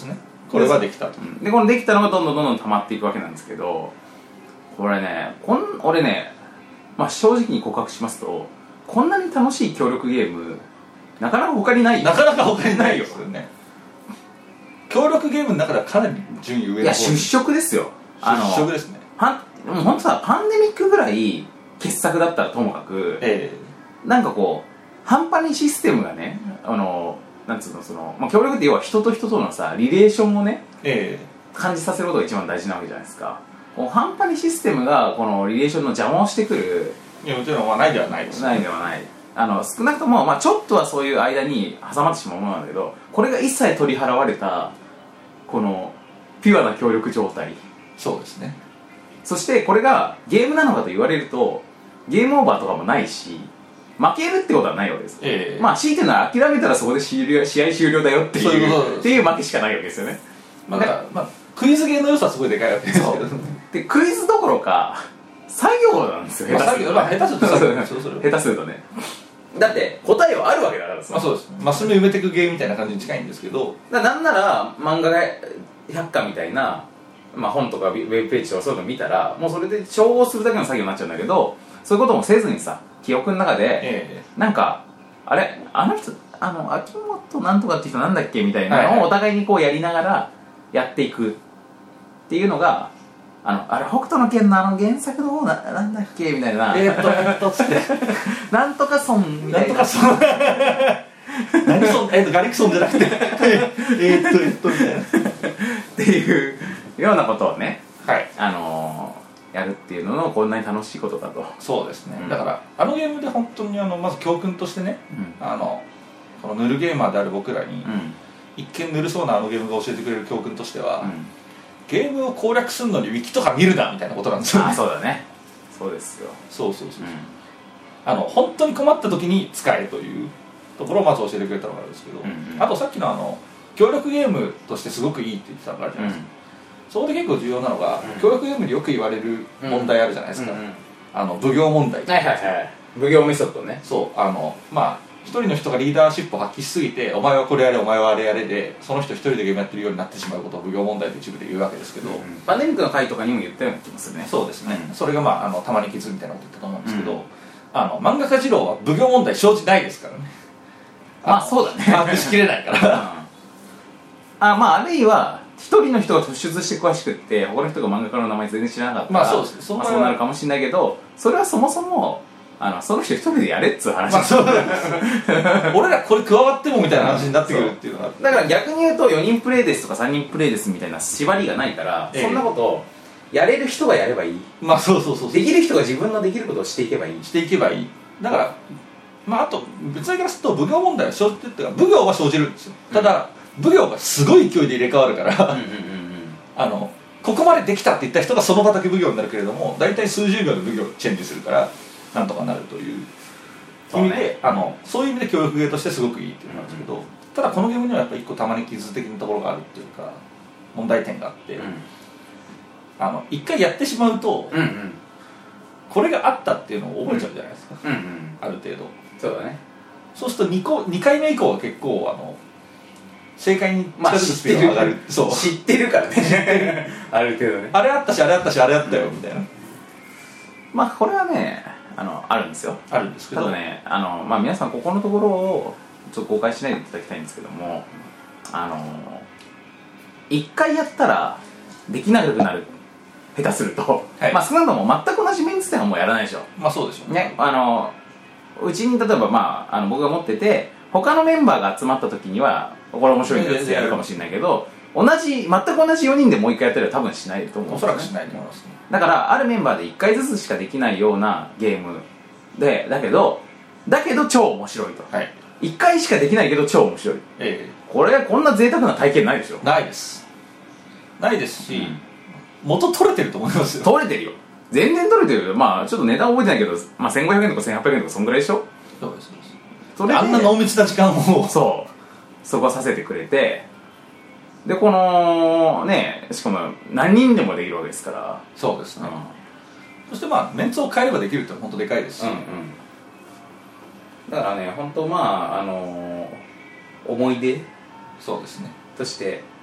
これはできたと。 でこのできたのがどんどんどんどん溜まっていくわけなんですけど、これねこん俺ね、まあ、正直に告白しますと、こんなに楽しい協力ゲームなかなか他にないよ。 なかなか他にないよね。協力ゲームの中ではかなり順位上の方。 いや出色ですよ。 あの出色ですね。 パンもうほんとさ、パンデミックぐらい傑作だったらともかく、えー、なんかこう半端にシステムがね、あのなんつうのその、まあ、協力って要は人と人とのさリレーションをね、えー、感じさせることが一番大事なわけじゃないですか。もう半端にシステムがこのリレーションの邪魔をしてくる。 いやもちろんはないではないです、 ね、ないではない。あの少なくとも、まあ、ちょっとはそういう間に挟まってしまうものなんだけど、これが一切取り払われたこのピュアな協力状態。 そうですね。 そしてこれがゲームなのかと言われるとゲームオーバーとかもないし負けるってことはないわけです、えー、まあ強いて言うのは諦めたらそこで試合終了だよっていう、 そういうことっていう負けしかないわけですよね。 まあ、だから、まあ、クイズゲーの良さはすごいでかいわけですけどでクイズどころか作業なんですよ。 下手すると、まあ、下手すると作業下手するとね。だって答えはあるわけだからさ、 まあ、そうです。マス目埋めていくゲームみたいな感じに近いんですけど、 だなんなら漫画百科みたいな、まあ、本とかウェブページとかそういうの見たらもうそれで照合するだけの作業になっちゃうんだけど、そういうこともせずにさ記憶の中で、えー、なんかあれあの人あの秋元なんとかって人なんだっけみたいなのをお互いにこうやりながらやっていくっていうのが、あのあれ北斗の拳のあの原作の方 な, なんだっけみたいなえーっとえーっとつってなんとかソンみたいななんとかソン何ソンえーっとガリクソンじゃなくてえーっとえーっとみたいなっていうようなことをね、 はい、 あのー、やるっていうののこんなに楽しいことだと。 そうですね、うん、だからあのゲームで本当にあのまず教訓としてね、うん、あのこのヌルゲーマーである僕らに、うん、一見ぬるそうなあのゲームが教えてくれる教訓としては、うん、ゲームを攻略するのにウィキとか見るなみたいなことなんですよね。 あ、そうだね。そうですよ。 そうそうそう、うん、あの本当に困った時に使えというところをまず教えてくれたのがあるんですけど、うんうん、あとさっきのあの協力ゲームとしてすごくいいって言ってたのがあるじゃないですか、うん、そこで結構重要なのが、うん、協力ゲームでよく言われる問題あるじゃないですか、うんうんうん、あの奉行問題、 はいはいはい、奉行メソッドね。 そうあのまあ一人の人がリーダーシップを発揮しすぎてお前はこれやれお前はあれやれでその人一人でゲームやってるようになってしまうことを奉行問題と一部で言うわけですけど、うん、 パンデミックの回とかにも言ったような気もするね。 そうですね、うん、それが、まあ、あのたまに傷みたいなこと言ったと思うんですけど、うん、あの漫画家二郎は奉行問題生じないですからね。 まあそうだね、 把握しきれないから、うん、 あまああるいは一人の人が突出して詳しくって他の人が漫画家の名前全然知らなかったら、 まあそうですね、そまあ、そうなるかもしれないけど、それはそもそもあのその人一人でやれっつう話、まあ、そう俺らこれ加わってもみたいな話になってくるっていうのがだから逆に言うとよにんプレイですとかさんにんプレイですみたいな縛りがないから、ええ、そんなことをやれる人がやればいい。 まあそうそうそうそう、 できる人が自分のできることをしていけばいいしていけばいい。だからまああと別にからすると奉行問題は生じてるっていうか奉行は生じるんですよ、うん、ただ奉行がすごい勢いで入れ替わるからうんうん、うん、あのここまでできたって言った人がその場だけ奉行になるけれども大体数十秒で奉行チェンジするからなんとかなるという意味で、ね、あのそういう意味で協力ゲーとしてすごくいいっていうのなんですけど、うん、ただこのゲームにはやっぱり一個玉に傷的なところがあるっていうか問題点があって、うん、あの一回やってしまうと、うんうん、これがあったっていうのを覚えちゃうじゃないですか、うんうんうん、ある程度。 そうだね。 そうすると 2, 個にかいめ以降は結構あの正解に近づくスピードが上がる、まあ、 そう知ってるからねある程度ね、 あれあったしあれあったしあれあったよみたいな、 まあこれはねあのあるんですよ。 あるんですけど、 ただねあの、まあ、皆さんここのところをちょっと誤解しないでいただきたいんですけども、あのいっかいやったらできなくなる下手すると、はい、まあ少なくとも全く同じメンツではもうやらないでしょ。 まあそうでしょうね。あのうちに例えば、まあ、あの僕が持ってて他のメンバーが集まった時にはこれ面白いんだってやるかもしれないけど、同じ全く同じよにんでもういっかいやったら多分しないと思うんですよね。 おそらくしないと思いますね。 だからあるメンバーでいっかいずつしかできないようなゲームでだけどだけど超面白いと、はい、いっかいしかできないけど超面白い、ええ、これこんな贅沢な体験ないでしょ。 ないですないですし、うん、元取れてると思いますよ。 取れてるよ、全然取れてるよ。まあちょっと値段覚えてないけど、まあ、せんごひゃくえんとかせんはっぴゃくえんとかそんぐらいでしょ。 そうですそれであんな濃密な時間をそうそこさせてくれて、でこのねしかも何人でもできるわけですから。 そうですね、うん、そしてまあメンツを変えればできるってのは本当でかいですし、うんうん、 だからね本当まああのー、思い出そうですねとして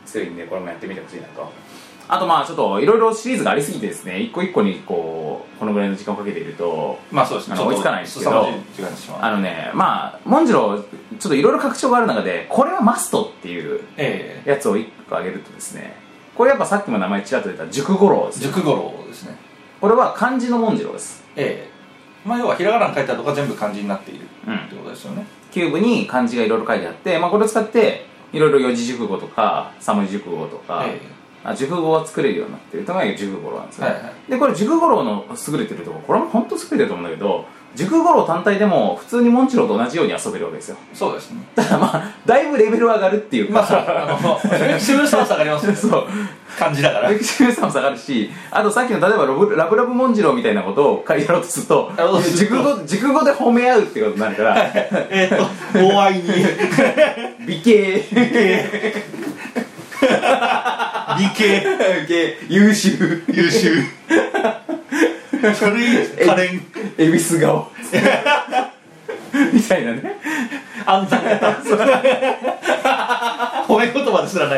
するんで、これもやってみてほしいなと。あとまあちょっといろいろシリーズがありすぎてですね、一個一個にこうこのぐらいの時間をかけていると、 まあそうですね、 あの追いつかないんですけど、あのね、まあモンジローちょっといろいろ拡張がある中で、これはマストっていうやつを一個挙げるとですね、これやっぱさっきも名前ちらっと出た塾五郎ですね。 塾五郎ですね。 これは漢字のモンジローです。 ええ、まあ要はひらがなに書いてあるとか全部漢字になっているってことですよね。 キューブに漢字がいろいろ書いてあって、まあこれを使っていろいろ四字熟語とか三文字熟語とか、ええ、熟語を作れるようになっているのが塾五郎なんですね、はいはい、でこれ塾五郎の優れてるところ、これも本当優れてると思うんだけど、塾五郎単体でも普通にモンチローと同じように遊べるわけですよ。 そうですね。 ただまあだいぶレベル上がるっていうか、まあ、あの歴史分差は下がりますね。そう感じだから歴史分差も下がるし、あとさっきの例えばラブラブラブモンジローみたいなことをやろうとすると塾語塾語で褒め合うってことになるから、 えっと大愛に美形美形優秀優秀それいいです。可憐恵比寿顔みたいなね、 暗算型褒め言葉ですらない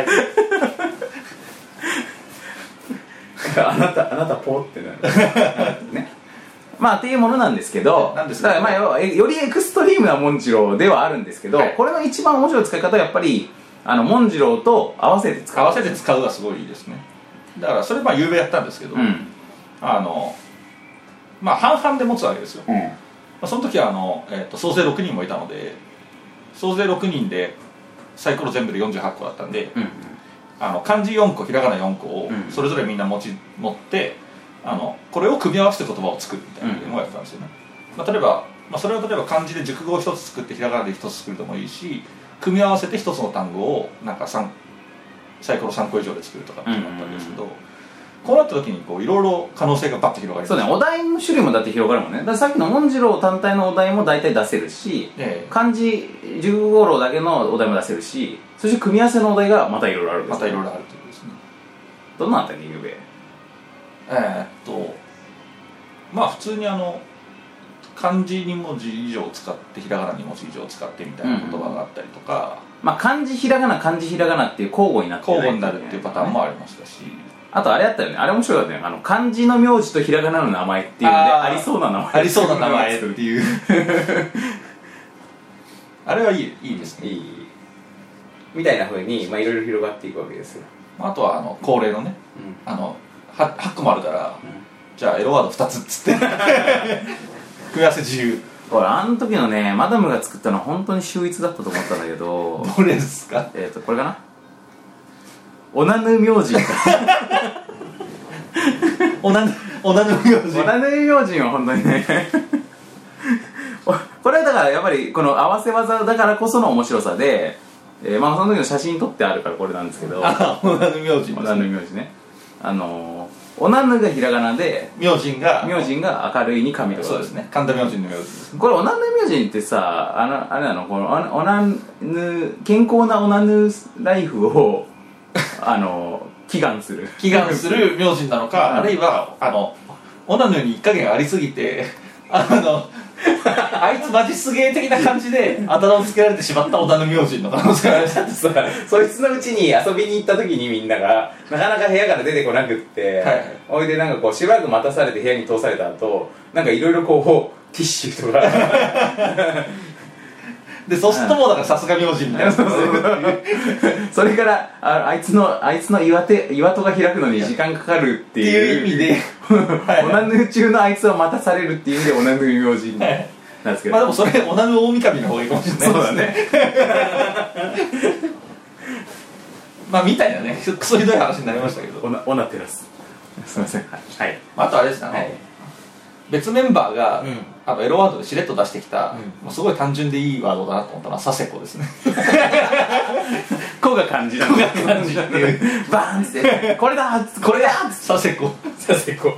あなたあなたポーってなるね。まあっていうものなんですけど、 なんですか、 だからまあよりエクストリームなモンジローではあるんですけど、はい、これの一番面白い使い方はやっぱりあのモンジローと合わせて使う合わせて使うがすごいいいですね。だからそれまあゆうべやったんですけど、うん、あのまあ半々で持つわけですよ、うん、まあ、その時はあの、えー、と総勢ろくにんもいたので、総勢ろくにんでサイコロ全部でよんじゅうはちこだったんで、うん、あの漢字よんこひらがなよんこをそれぞれみんな持ち持ってあのこれを組み合わせて言葉を作るみたいなのをやってたんですよね、まあ、例えば、まあ、それを例えば漢字で熟語をひとつ作ってひらがなでひとつ作るでもいいし、組み合わせてひとつの単語をなんかさんサイコロさんこ以上で作るとかってなったんですけど、こうなった時にこういろいろ可能性がバッと広がります。 そうね、お題の種類もだって広がるもんね。だからさっきのモンジロー単体のお題も大体出せるし、ええ、漢字じゅうごろだけのお題も出せるし、そして組み合わせのお題がまたいろいろあるんです、ね、 またいろいろあるということですね。 どんなあったっけ、ゆうべ。 えー、っとまあ普通にあの漢字に文字以上使ってひらがなに文字以上使ってみたいな言葉があったりとか、 うん、まあ漢字ひらがな漢字ひらがなっていう交互になってない交互になるっていうパターンもありましたし、 あとあれあったよね、あれ面白かったよね、あの漢字の名字とひらがなの名前っていうのでありそうな名前ありそうな名前っていうあれはいい、いいですね、いいみたいなふうにいろいろ広がっていくわけですよ。 あとはあの恒例のね、うん、あのははっこもあるから、うん、じゃあエロワードふたつっつって組み合わせ自由。 これあの時のねマダムが作ったのは本当に秀逸だったと思ったんだけどどれですか。 えっとこれかな、オナヌ明神オナヌオナヌ明神オナヌ明神は本当にねこれはだからやっぱりこの合わせ技だからこその面白さで、えー、まあその時の写真撮ってあるからこれなんですけど、 あオナヌ明神、 オナヌ明神ね、あのーオナヌがひらがなで明神が明神が明るいに神とか、 そうですね、神田明神の明神ですね。 これオナヌ明神ってさ、あのあれなの、このオナヌ健康なオナヌライフをあの祈願する祈願する明神なのか、あるいはあのオナヌに一加減ありすぎてあのあいつマジすげえ的な感じであだ名をつけられてしまったオナヌ明神の可能性がある。 そいつのうちに遊びに行った時にみんながなかなか部屋から出てこなくって、はいはい、おいでなんかこうしばらく待たされて部屋に通された後なんかいろいろこうティッシュとかでそうするともうだからさすが明神みたいなそれからああいつのあいつの岩手岩戸が開くのに時間かかるっていう意味でオナヌ中のあいつを待たされるっていう意味でオナヌ明神なんですけど、 まあでもそれオナヌ大神の方がいいかもしれないですね。そうだねまあみたいなねクソひどい話になりましたけど、 オナオナテラスすみません、はい、 あとあれですね、はい、別メンバーが、うん、あのエロワードでしれっと出してきた、うん、もうすごい単純でいいワードだなと思ったのはサセコですねこが漢字だ、 こが漢字っていうバーンってこれだこれだサセコサセコ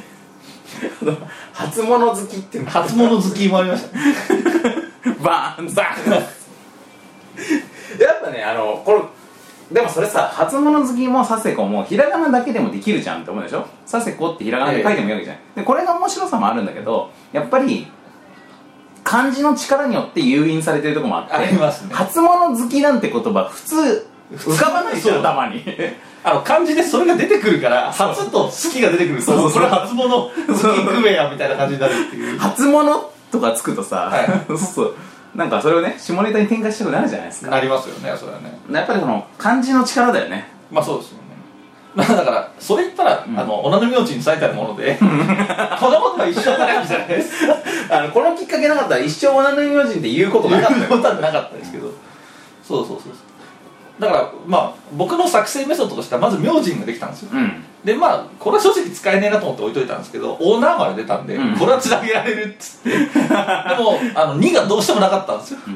初物好きって初物好きもありましたバーンバーンやっぱね、あのこれでもそれさ、初物好きもサセコもひらがなだけでもできるじゃんって思うでしょ。サセコってひらがなで書いてもいいわけじゃない、えー、でこれの面白さもあるんだけど、やっぱり漢字の力によって誘引されてるところもあって、 ありますね、 初物好きなんて言葉普通浮かばないですよたまにあの漢字でそれが出てくるから初と好きが出てくるとこれ初物好き食えやみたいな感じになるっていう初物とかつくとさ、 はい、 そうそうなんかそれをね下ネタに展開したくなるじゃないですか。 なりますよねそれはね。 やっぱりその漢字の力だよね。 まあそうですよね。だからそれ言ったら、うん、あの女の名字に最たるものでこのことは一生長いじゃないですかあのこのきっかけなかったら一生女の名字って言うことなかった言うことはなかったですけどそうそうそうそうだからまあ僕の作成メソッドとしてはまず名字ができたんですよ、うん、でまあこれは正直使えねえなと思って置いといたんですけどオーナーまで出たんで、うん、これはつなげられるっつってでもあのにがどうしてもなかったんですよ、うんうん、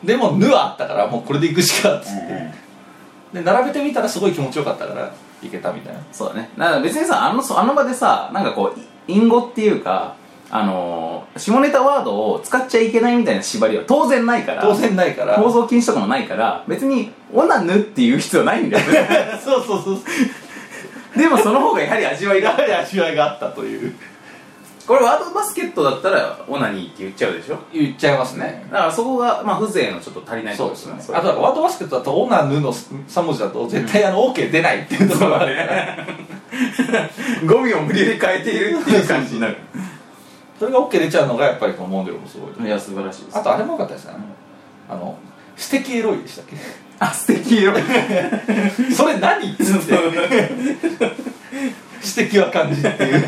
でもぬはあったからもうこれでいくしかっつって、うん、で並べてみたらすごい気持ちよかったからいけたみたいな。 そうだね。だから別にさあの、あの場でさなんかこう隠語っていうかあのー、下ネタワードを使っちゃいけないみたいな縛りは当然ないから当然ないから放送禁止とかもないから別にオナヌっていう必要ないんだよねそうそうそうでもその方がやはり味わいがやはり味わいがあったというこれワードバスケットだったらオナニーって言っちゃうでしょ。 言っちゃいますね。 だからそこが、まあ、風情のちょっと足りないところですね。 あとはワードバスケットだとオナヌのさん文字だと絶対あの OK 出ないっていうところがね語尾を無理やり変えているっていう感じになるそれが OK 出ちゃうのがやっぱりこのモンデロもすごい。 いや素晴らしいです。 あとあれも良かったですね、あの素敵エロいでしたっけ。 あ素敵エロいそれ何っつって素敵は感じっていう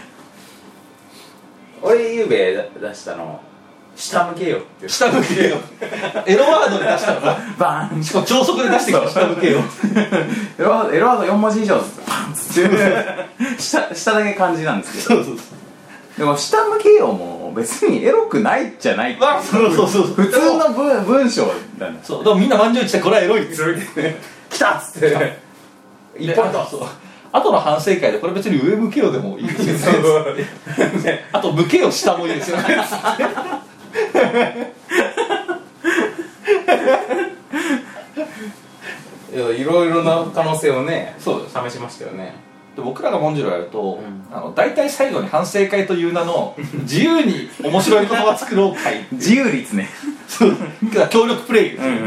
俺ゆうべ出したの下向けよって下向けよエロワードで出したのかバーンしかも超速で出してきた下向けよエロワードエロワードよん文字以上バンっつって下, 下だけ漢字なんですけどそうそうそうでも下向けよも別にエロくないじゃないっていう、 あ、そうそうそう普通の 文, 文章だね。 そうでもみんな満場一致してこれはエロいっつって来たっつって一本とあとの反省会でこれ別に上向けよでもいいですよねあと向けよ下もいいですよねいろいろな可能性をねそうです試しましたよね。 で僕らがモンジュロやると、うん、あの大体最後に反省会という名の自由に面白い言葉作ろう会自由率ねそう協力プレイです、ねうんうん、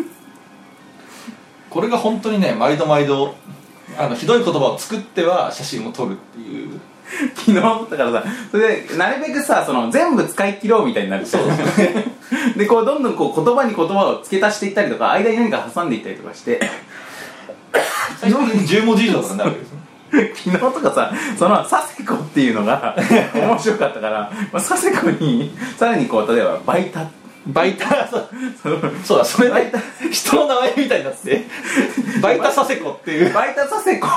これが本当にね毎度毎度あのひどい言葉を作っては写真を撮るっていう昨日だからさそれでなるべくさその全部使い切ろうみたいになるそうでこうどんどんこう言葉に言葉を付け足していったりとか間に何か挟んでいったりとかして最終的にじゅう文字以上とかになるわけですね昨日とかさそのサセコっていうのが面白かったから、まあ、サセコにさらにこう例えばバイタバイタそうそうだそれで人の名前みたいになってバイタサセコっていうバイタサセコ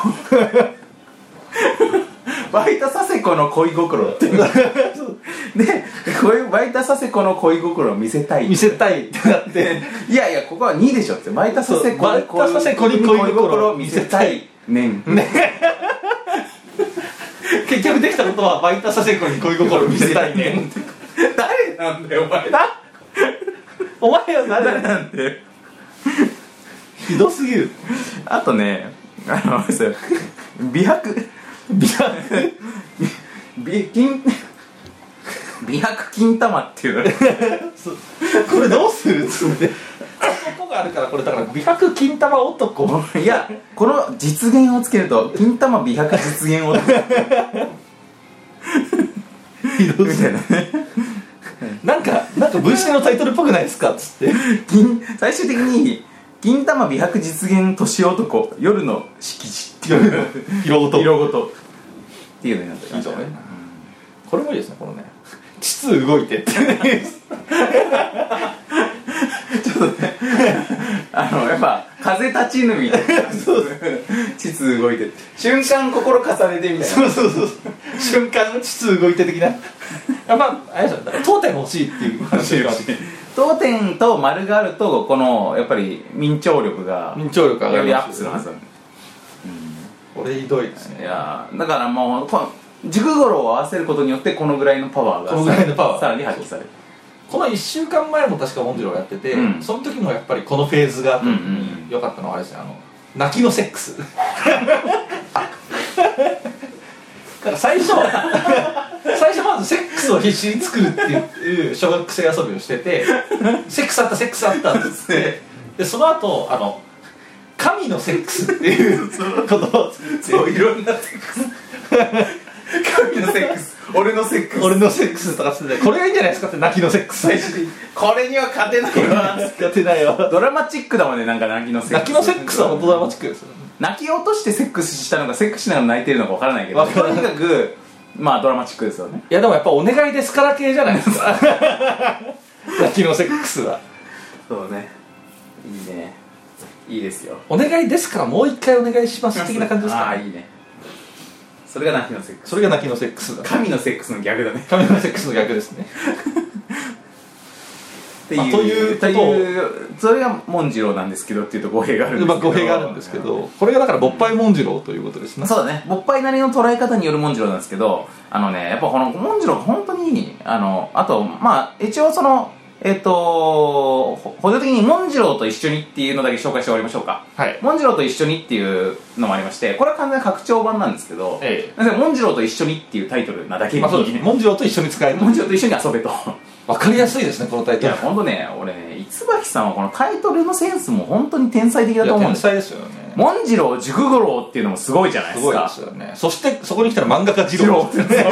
バイタサセコの恋心っていうでこういうバイタサセコの恋心を見せたい見せたいってなっていやいやここはにでしょってバイタサセコに恋心を見せたいねんね結局できたことはバイタサセコに恋心を見せたいねん誰なんだよお前だお前は誰なんてひどすぎる。 あとねあの美白美白美金美白金玉っていうのこれどうするっつって男があるからこれだから美白金玉男いやこの実現をつけると金玉美白実現男ひどすぎるなんかなんか文春のタイトルっぽくないですかっつって最終的に金玉美白実現年男夜の敷地っていう色ごと色ごとっていうのになったらいいと思うね、 うん、これもいいですねこのね膣動いてってちょっとねあのやっぱ風立ちぬみたいな膣動いて瞬間心重ねてみたいなそうそうそう瞬間膣動いて的なやっぱあれですよだから当店欲しいっていう話があって当店と丸があるとこのやっぱり明朝力が明朝力がよりアップするはずだね、 うん、これひどいですね。 いやだからもうこの熟語呂を合わせることによってこのぐらいのパワーがこのぐらいのパワーさらに発揮される。 このいっしゅうかんまえも確かモンジローやってて、うん、その時もやっぱりこのフェーズがあった時に良かったのはあれですねあの泣きのセックスだから最初最初まずセックスを必死に作るっていう小学生遊びをしててセックスあったセックスあったって言ってでその後あの神のセックスっていう言葉を作って、 そういろんなセックス神のセックス、俺のセックス、 俺のセックスとかつって、これがいいんじゃないですかって、泣きのセックス。 これには勝てないわ勝てないわ。 ドラマチックだもんね、なんか泣きのセックス。 泣きのセックスは本当ドラマチックですよね。 泣き落としてセックスしたのかセックスしながら泣いてるのか分からないけど、とにかくまあドラマチックですよね。 いやでもやっぱお願いですから系じゃないですか泣きのセックスは。 そうね、いいね、いいですよ。 お願いですからもう一回お願いします的な感じですか、ね、 ああいいね。それが泣きのセックス。 それが泣きのセックスだ。 神のセックスの逆だね。 神のセックスの逆ですねっていう、まあ、というというそれがモンジローなんですけどっていうと語弊があるんですけど、 まあ、語弊があるんですけど、これがだから勃発モンジローということですね。 そうだね、勃発なりの捉え方によるモンジローなんですけど、あのねやっぱこのモンジローが本当にあのあとまあ一応そのえっ、ー、と補助的にモンジローと一緒にっていうのだけ紹介して終わりましょうか。 はい、 モンジローと一緒にっていうのもありまして、これは完全に拡張版なんですけど、ええ、モンジローと一緒にっていうタイトルなだけに、 まあそうですね、モンジローと一緒に使える、 モンジローと一緒に遊べと分かりやすいですねこのタイトル。 いや本当ね、俺ね椿さんはこのタイトルのセンスも本当に天才的だと思うんです。 いや天才ですよね。 モンジロー熟五郎っていうのもすごいじゃないですか。 すごいですよね。そしてそこに来たら漫画家二郎ってね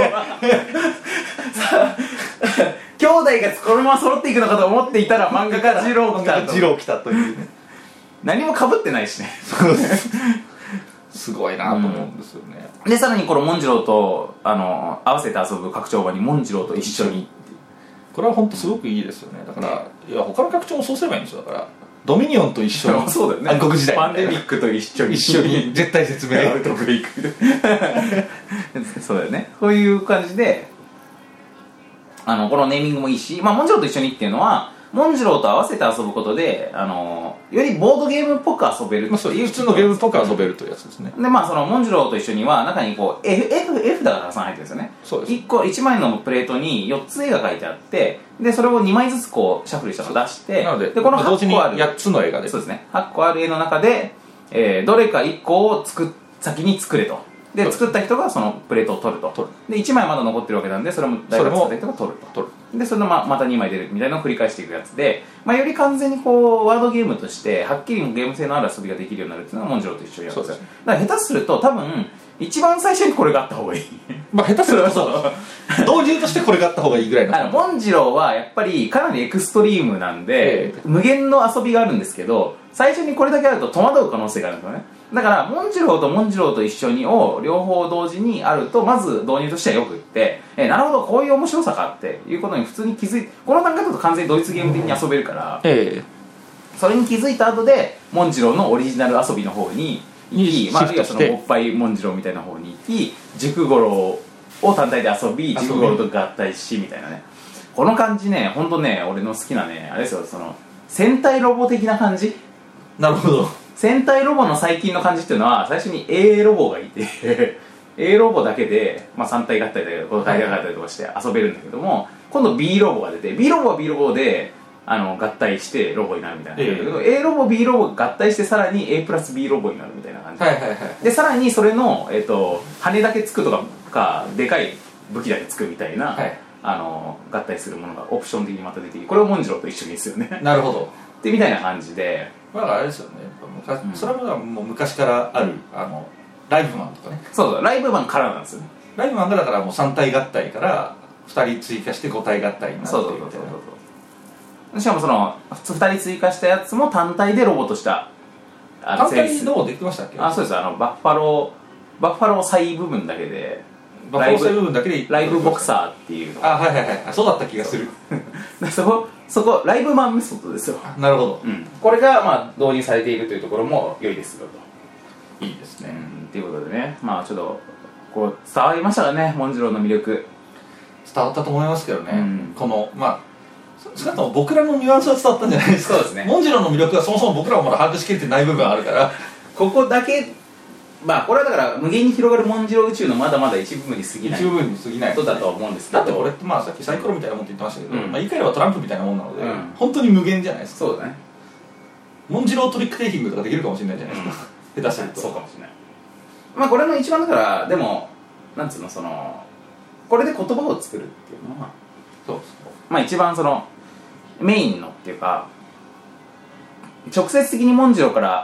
兄弟がこのまま揃っていくのかと思っていたら漫画家二郎来たと二郎来たというね何も被ってないしねすごいなと思うんですよね、 うん、でさらにこのモンジローとあの合わせて遊ぶ拡張版にモンジローと一緒に、 これは本当すごくいいですよね。だからいや他の拡張もそうすればいいんですよ。だからドミニオンと一緒にそうだよね、 暗黒時代パンデミックと一緒に一緒に絶対説明アウトブレイクそうだよね、こういう感じであのこのネーミングもいいし、まあ、モンジローと一緒にっていうのはモンジローと合わせて遊ぶことであのよりボードゲームっぽく遊べるっていう、まあ、そういう普通のゲームっぽく遊べるというやつですね。 でまあそのモンジローと一緒には中にこう F, F, F だからたくさん入ってるんですよね。 そうです。 いっこいちまいのプレートによっつ絵が描いてあって、でそれをにまいずつこうシャッフルしたのを出して、 なのででこのはっこある同時にやっつの絵が出る。 そうですね、はっこある絵の中で、えー、どれかいっこを作っ先に作れと。で作った人がそのプレートを取ると。 取るでいちまいまだ残ってるわけなんで、それも誰か作った人が取ると。 取る。 でそれで ま, またにまい出るみたいなのを繰り返していくやつで、まあ、より完全にこうワードゲームとしてはっきりゲーム性のある遊びができるようになるっていうのがモンジローと一緒にやるんですよ。だから下手すると多分一番最初にこれがあった方がいいまあ下手するとそう導入としてこれがあった方がいいぐらいのあのモンジローはやっぱりかなりエクストリームなんで、えー、無限の遊びがあるんですけど、最初にこれだけあると戸惑う可能性があるんですよね。だからモンジローとモンジローと一緒にを両方同時にあるとまず導入としてはよくって、えー、なるほどこういう面白さかっていうことに普通に気づいて、この段階だと完全にドイツゲーム的に遊べるから、 えー、それに気づいた後でモンジローのオリジナル遊びの方に行き、まあ、あるいはその勃発モンジローみたいな方に行き、熟五郎を単体で遊び熟五郎と合体しみたいなね、この感じね、ほんとね俺の好きなねあれですよ、その戦隊ロボ的な感じ。 なるほど。 戦隊ロボの最近の感じっていうのは最初に A ロボがいてA ロボだけで、まあ、さん体合体だけどご体合体とかして遊べるんだけども、今度 B ロボが出て B ロボは B ロボであの合体してロボになるみたいな感じだけど、えー、A ロボ B ロボ合体してさらに A プラス B ロボになるみたいな感じ、 はいはいはい、 でさらにそれの、えー、と羽だけつくとかかでかい武器だけつくみたいな、はい、あの合体するものがオプション的にまた出てきて、これをモンジローと一緒にですよね。 なるほど。 でみたいな感じで、 まああれですよね、やっぱ昔、うん、それはもう昔からある、うん、あのライブマンとかね。 そうそう、ライブマンからなんですよね。 ライブマンがだからもうさん体合体からふたり追加してご体合体になってるみたいな。そうそうそうそう。 しかもそのふたり追加したやつも単体でロボとした単体ロボできましたっけ？ あ、そうです。あのバッファローバッファローサイ部分だけでバッファローサイ部分だけでライブボクサーっていうの。 あ、はいはいはい、そうだった気がする。 そこそこライブマンメソッドですよ。 なるほど、 うん、これがまあ導入されているというところも良いですよと。 いいですね。 うん、っていうことでね、まあちょっとこう伝わりましたかね、モンジローの魅力。 伝わったと思いますけどね、うん、このまあ少なくとも僕らのニュアンスは伝わったんじゃないですか。 そうですね。 モンジローの魅力はそもそも僕らもまだ把握しきれてない部分があるから、 ここだけ、まあこれはだから無限に広がるモンジロー宇宙のまだまだ一部分に過ぎない一部分に過ぎないことだとは思うんですけど、 だって俺ってまあさっきサイコロみたいなもんって言ってましたけど、うん、まあ言い換えればトランプみたいなもんなので、うん、本当に無限じゃないですか。 そうだね。 モンジロートリックテイキングとかできるかもしれないじゃないですか、うん、下手すると。 そうかもしれない。まあこれの一番だからでもなんつうの、そのこれで言葉を作るっていうのはそうです、 まあ一番そのメインのっていうか直接的にモンジローから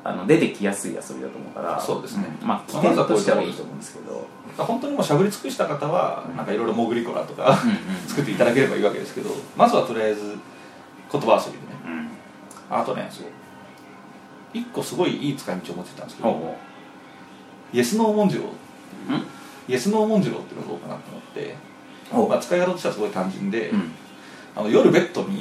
あの出てきやすい遊びだと思うから、 そうですね、 うん、まあ起点としてはいいと思うんですけど、 本当にもうしゃぶり尽くした方は、うん、なんかいろいろモグリコラとか、うん、作っていただければいいわけですけど、まずはとりあえず言葉遊びでね、うん、あとね、そういっこすごいいい使い道を持ってたんですけど、イエスノーモンジロー、イエスノーモンジローっていうのがどうかなと思って、まあ、使い方としてはすごい単純で、うん、あの夜ベッドに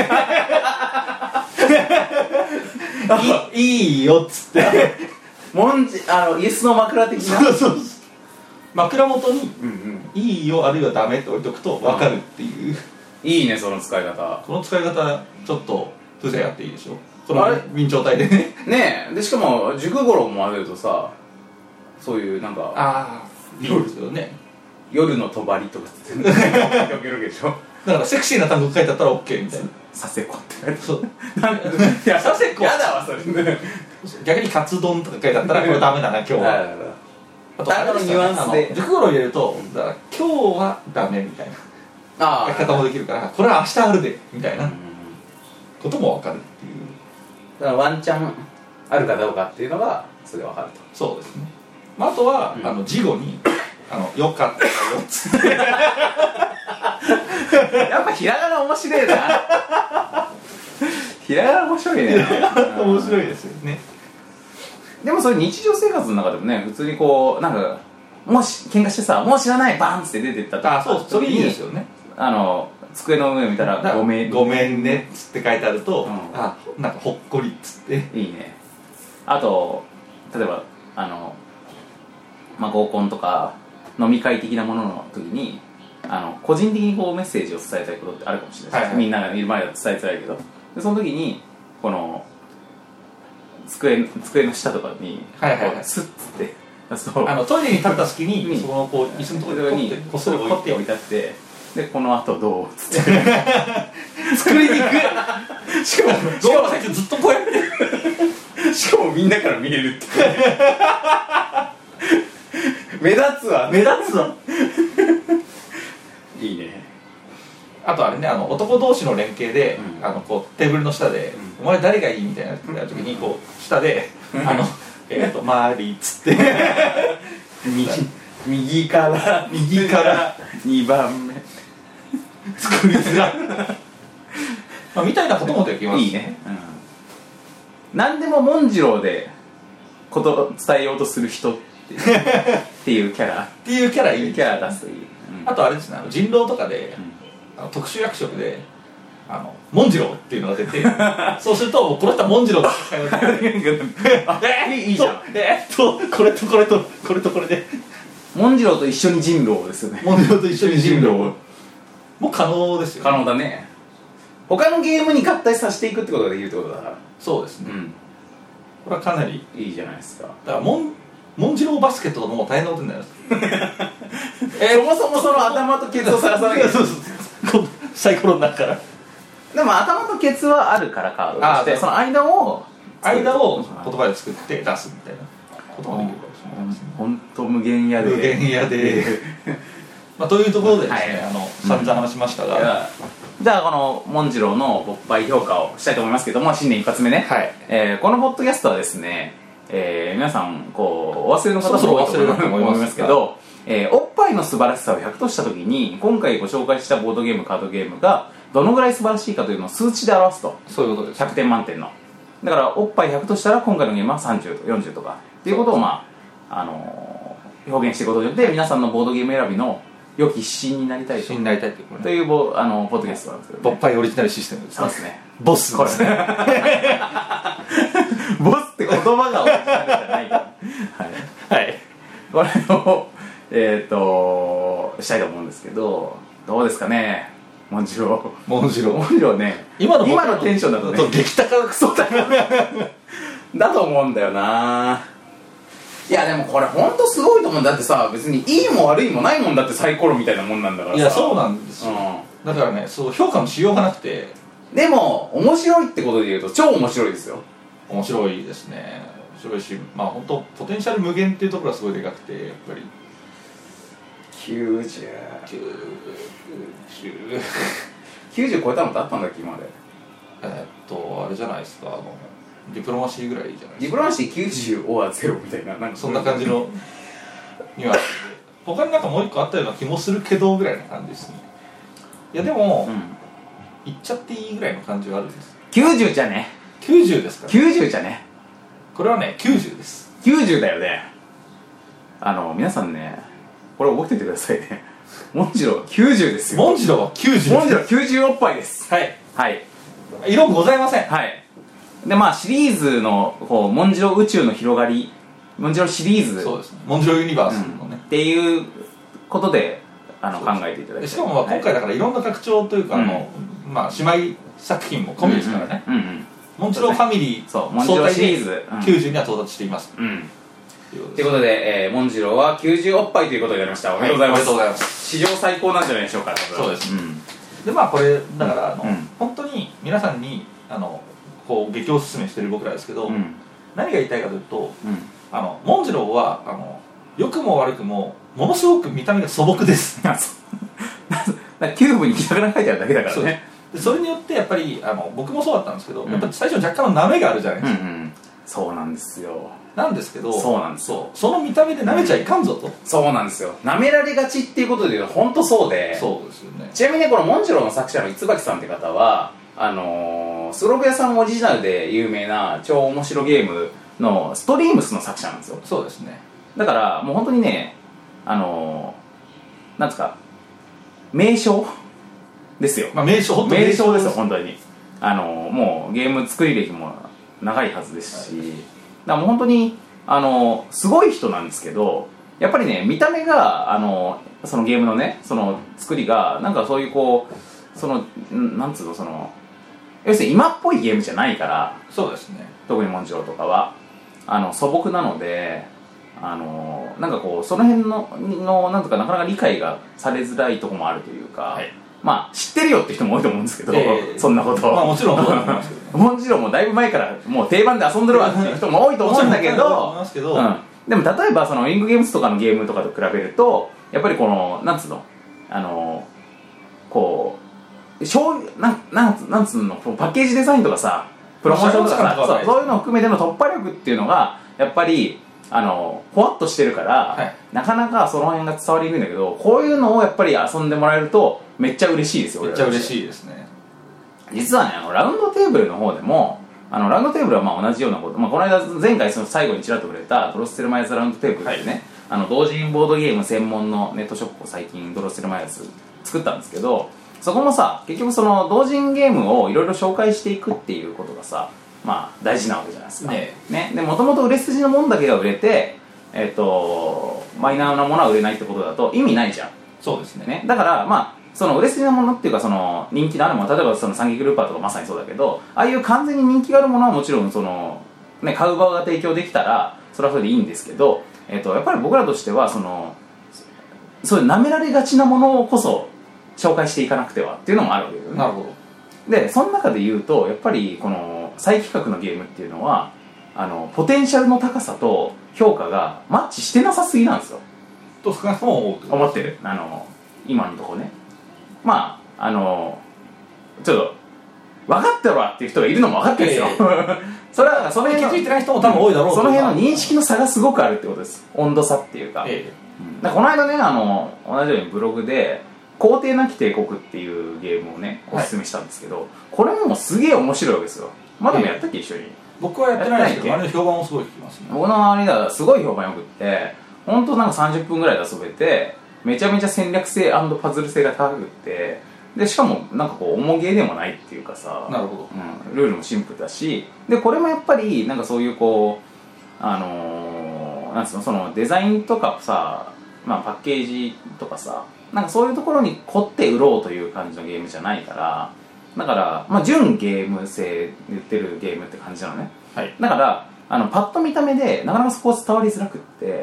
い, いいよっつってモンジあのイエスの枕的なそうそう枕元に、うんうん、いいよあるいはダメって置いとくと分かるっていう、 うん、いいねその使い方。 この使い方ちょっと風情やっていいでしょ、この明朝体でねねえ。でしかも熟語もあるとさ、そういうなんかああいいですけどね、 夜の帳とかって言ってよけるでしょだからセクシーな単語書いてあったら OK みたいな。 サセコって書いてそういやサセコやだわそれ逆にカツ丼とか書いてあったらこれダメだな今日はあとあれのニュアンスで熟語を入れるとだから今日はダメみたいな書き方もできるから、これは明日あるでみたいなことも分かるっていう。 だからワンチャンあるかどうかっていうのがそれで分かると。 そうですね、まあ、あとは、うん、あの事後にあのよかったよっつってやっぱひらがな面白いなひらがな面白いね面白いですよね。 でもそれ日常生活の中でもね、普通にこうなんかもし喧嘩してさ、もう知らないバーンって出てったと。 あ、そう、それいいですよね。 あの机の上見たらごめんごめんねっつって書いてあると、うん、あ、なんかほっこりっつっていいね。あと例えばあの、まあ、合コンとか飲み会的なものの時にあの個人的にこうメッセージを伝えたいことってあるかもしれない、はいはい、みんながいる前だと伝えづらいけど、でその時にこの机, 机の下とかに、はいはいはい、スッつってあのトイレに立った隙にそのこう椅子のところにこっそり置いて置いてあって、でこの後どうっつって作りに行くしかもしかも最初ずっとこうやってしかもみんなから見れるって目立つわ目立つわいいね。 あとあれね、あの男同士の連携で、うん、あのこうテーブルの下で、うん、お前誰がいいみたいな時にこう下で、うん、あのえっと周りっつって右, 右から右からにばんめ作りづらいまあみたいなこともできます。 いいね、うん、何でもモンジローでこと伝えようとする人っていうキャラっていうキャラいいキャラ出すといい、うん、 あとあれですね、あの人狼とかで、うん、あの特殊役職であのモンジローっていうのが出てそうするとこの人はモンジローっていいじゃん。 えっとこれとこれとこれとこれでモンジローと一緒に人狼ですよね。 モンジローと一緒に人狼もう可能ですよね。 可能だね。他のゲームに合体させていくってことができるってことだから。 そうですね、うん、これはかなりいいじゃないですか。 だからモンモンジローバスケットともう大変なことになりますえー、そもそもその頭とケツを探さなきゃそうそうサイコロになるから。 でも頭とケツはあるからカードとして、その間を間を言葉で作って出すみたいなこともできるかもしれないですね。 ほんと無限やで無限やでまあというところでですね、はい、あの散々話しましたが、うん、 じゃあこのモンジローの勃発評価をしたいと思いますけども、新年一発目ね、はい、えー、このポッドキャストはですね、えー、皆さんこうお忘れの方も多いと思いますけど、えー、おっぱいの素晴らしさをひゃくとした時に今回ご紹介したボードゲームカードゲームがどのぐらい素晴らしいかというのを数値で表すと。 そういうことです。 ひゃくてん満点の。だからおっぱいひゃくとしたら今回のゲームはさんじゅうとかよんじゅうとかっていうことを、まああのー、表現していくことによって皆さんのボードゲーム選びの良き指針になりたいとになりたいという、 というボあのポッドキャストなんですけど、ね、 ボッパイオリジナルシステムです。 そうですね。 ボスこれボスって言葉がオリジナルじゃないからはい、はい、これをえっ、ー、としたいと思うんですけど、どうですかね。モンジローモンジローモンジローね、 今の今のテンションだとね激高クソだだと思うんだよな。いやでもこれほんとすごいと思うんだってさ、別にいいも悪いもないもんだってサイコロみたいなもんなんだからさ。 いやそうなんですよ、うん、だからね、そう評価のしようがなくて。 でも面白いってことで言うと超面白いですよ。 面白いですね。面白いし、まあ本当ポテンシャル無限っていうところはすごいでかくて、やっぱりきゅうじゅう きゅうじゅう きゅうじゅう超えたのってあったんだっけ今まで。 えー、っとあれじゃないですか、あのディプロマシーぐらいじゃないですか。 ディプロマシーきゅうじゅうオアゼロみたいな、なんかそんな感じのニュアンスで、他になんかもう一個あったような気もするけどぐらいの感じですね。いやでも、うん、言っちゃっていいぐらいの感じはあるんです。 きゅうじゅうじゃね。 きゅうじゅうですか、ね、 きゅうじゅうじゃね。 これはねきゅうじゅうです。 きゅうじゅうだよね。あの皆さんね、これ覚えておいてくださいね。モンジローきゅうじゅうですよ。 モンジローはきゅうじゅうです。 モンジローきゅうじゅうおっぱいです。 はいはい。 色ございません。 はい。でまあシリーズのこうモンジロー宇宙の広がり、モンジローシリーズ、 そうですね、モンジローユニバースのね、 うん、っていうことであの考えていただいて、 しかもまあ今回だからいろんな拡張というか、はい、あのまあ姉妹作品も込みですからね、うんうんうんうん、モンジローファミリーそうモンジローシリーズきゅうじゅうには到達しています。 うん。ということで、えー、モンジローはきゅうじゅうおっぱいということになりました。おめでとうございます。 はい、おめでとうございます。 史上最高なんじゃないでしょうか。 そうです。うん、でまあこれだからあの、うん、本当に皆さんにあのこう激おすすめしてる僕らですけど、うん、何が言いたいかというと、うん、あのモンジローはあの良くも悪くもものすごく見た目が素朴です。 キューブにひらがな書いてあるだけだからね。 でそれによってやっぱりあの僕もそうだったんですけど、うん、やっぱり最初若干の舐めがあるじゃないですか、うんうん、 そうなんですよ。 なんですけど、 そうなんですよ。 その見た目で舐めちゃいかんぞと、うん、 そうなんですよ。舐められがちっていうことで本当そうで、 そうですよね。 ちなみに、ね、このモンジローの作者の逸垣さんって方はあのー、スログ屋さんオリジナルで有名な超面白ゲームのストリームスの作者なんですよ。 そうですね。 だからもう本当にね、あのー、なんですか、名称ですよ。 まあ、名称本当名称ですよ本当に。あのー、もうゲーム作り歴も長いはずですし、はい、だからもう本当にあのー、すごい人なんですけど、やっぱりね見た目があのー、そのゲームのねその作りがなんかそういうこうそのなんつうのその要するに今っぽいゲームじゃないから。 そうですね。 特にモンジローとかはあの素朴なので、あのなんかこうその辺ののなんとかなかなか理解がされづらいところもあるというか、はい、まあ知ってるよって人も多いと思うんですけど、えー、そんなことまあもちろんそうだと思いますけど、 モンジローもだいぶ前からもう定番で遊んでるわっていう人も多いと思うんだけどうん、でも例えばそのウィングゲームズとかのゲームとかと比べるとやっぱりこのなんつうのあのこうなんなんなんつうのパッケージデザインとかさプロモーションとかさ、そう、そういうのを含めての突破力っていうのがやっぱりあのほわっとしてるから、はい、なかなかその辺が伝わりにくいんだけど、こういうのをやっぱり遊んでもらえるとめっちゃ嬉しいですよ。 めっちゃ嬉しいですね。 実はねあのラウンドテーブルの方でもあのラウンドテーブルはまあ同じようなこと、まあ、この間前回その最後にちらっと触れたドロッセルマイヤーズラウンドテーブルってね、はい、あの同人ボードゲーム専門のネットショップを最近ドロッセルマイヤーズ作ったんですけど、そこもさ結局その同人ゲームをいろいろ紹介していくっていうことがさまあ大事なわけじゃないですかね。ねでもともと売れ筋のもんだけが売れて、えー、とマイナーなものは売れないってことだと意味ないじゃん。 そうです ね, ねだからまあその売れ筋のものっていうかその人気のあるもの、例えばその三撃ルーパーとかまさにそうだけど、ああいう完全に人気があるものはもちろんその、ね、買う側が提供できたらそれはそれでいいんですけど、えー、とやっぱり僕らとしてはそのそういう舐められがちなものこそ紹介していかなくてはっていうのもあるわけですよね。 なるほど。 でその中で言うとやっぱりこの再企画のゲームっていうのはあのポテンシャルの高さと評価がマッチしてなさすぎなんですよと少なくとも思う思ってるあの今のところね。まああのちょっと分かってるわっていう人がいるのも分かってるんですよ、えー、それはその辺の気づいてない人も多分多いだろうと、 その辺の認識の差がすごくあるってことです。温度差っていうか、えー、だからこの間ねあの同じようにブログで皇帝なき帝国っていうゲームをねおすすめしたんですけど、はい、これもすげえ面白いわけですよ。まだもやったっけ、えー、一緒に。 僕はやってないですけど、周りの評判もすごい聞きますね。 僕の周りではすごい評判よくって、本当なんかさんじゅっぷんぐらいで遊べて、めちゃめちゃ戦略性&パズル性が高くって、でしかもなんかこう重ゲーでもないっていうかさ、 なるほど、 うん、ルールもシンプルだし、でこれもやっぱりなんかそういうこうあのー、なんつうのそのデザインとかさ、まあ、パッケージとかさ、なんかそういうところに凝って売ろうという感じのゲームじゃないから、だから、まあ、純ゲーム性言ってるゲームって感じなのね、はい、だからあのパッと見た目でなかなかそこは伝わりづらくって、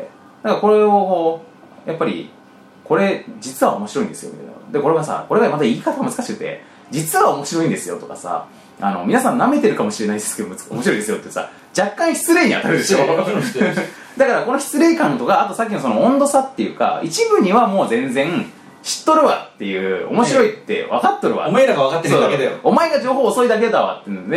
だからこれをやっぱりこれ実は面白いんですよみたいな。でこれがさ、これがまた言い方が難しくて、実は面白いんですよとかさ、あの皆さん舐めてるかもしれないですけど面白いですよってさ、若干失礼に当たるでしょだからこの失礼感とか、あとさっきのその温度差っていうか、一部にはもう全然知っとるわっていう、面白いって分かっとるわ、 お前らが分かってるだけだよ、 お前が情報遅いだけだわっていうので、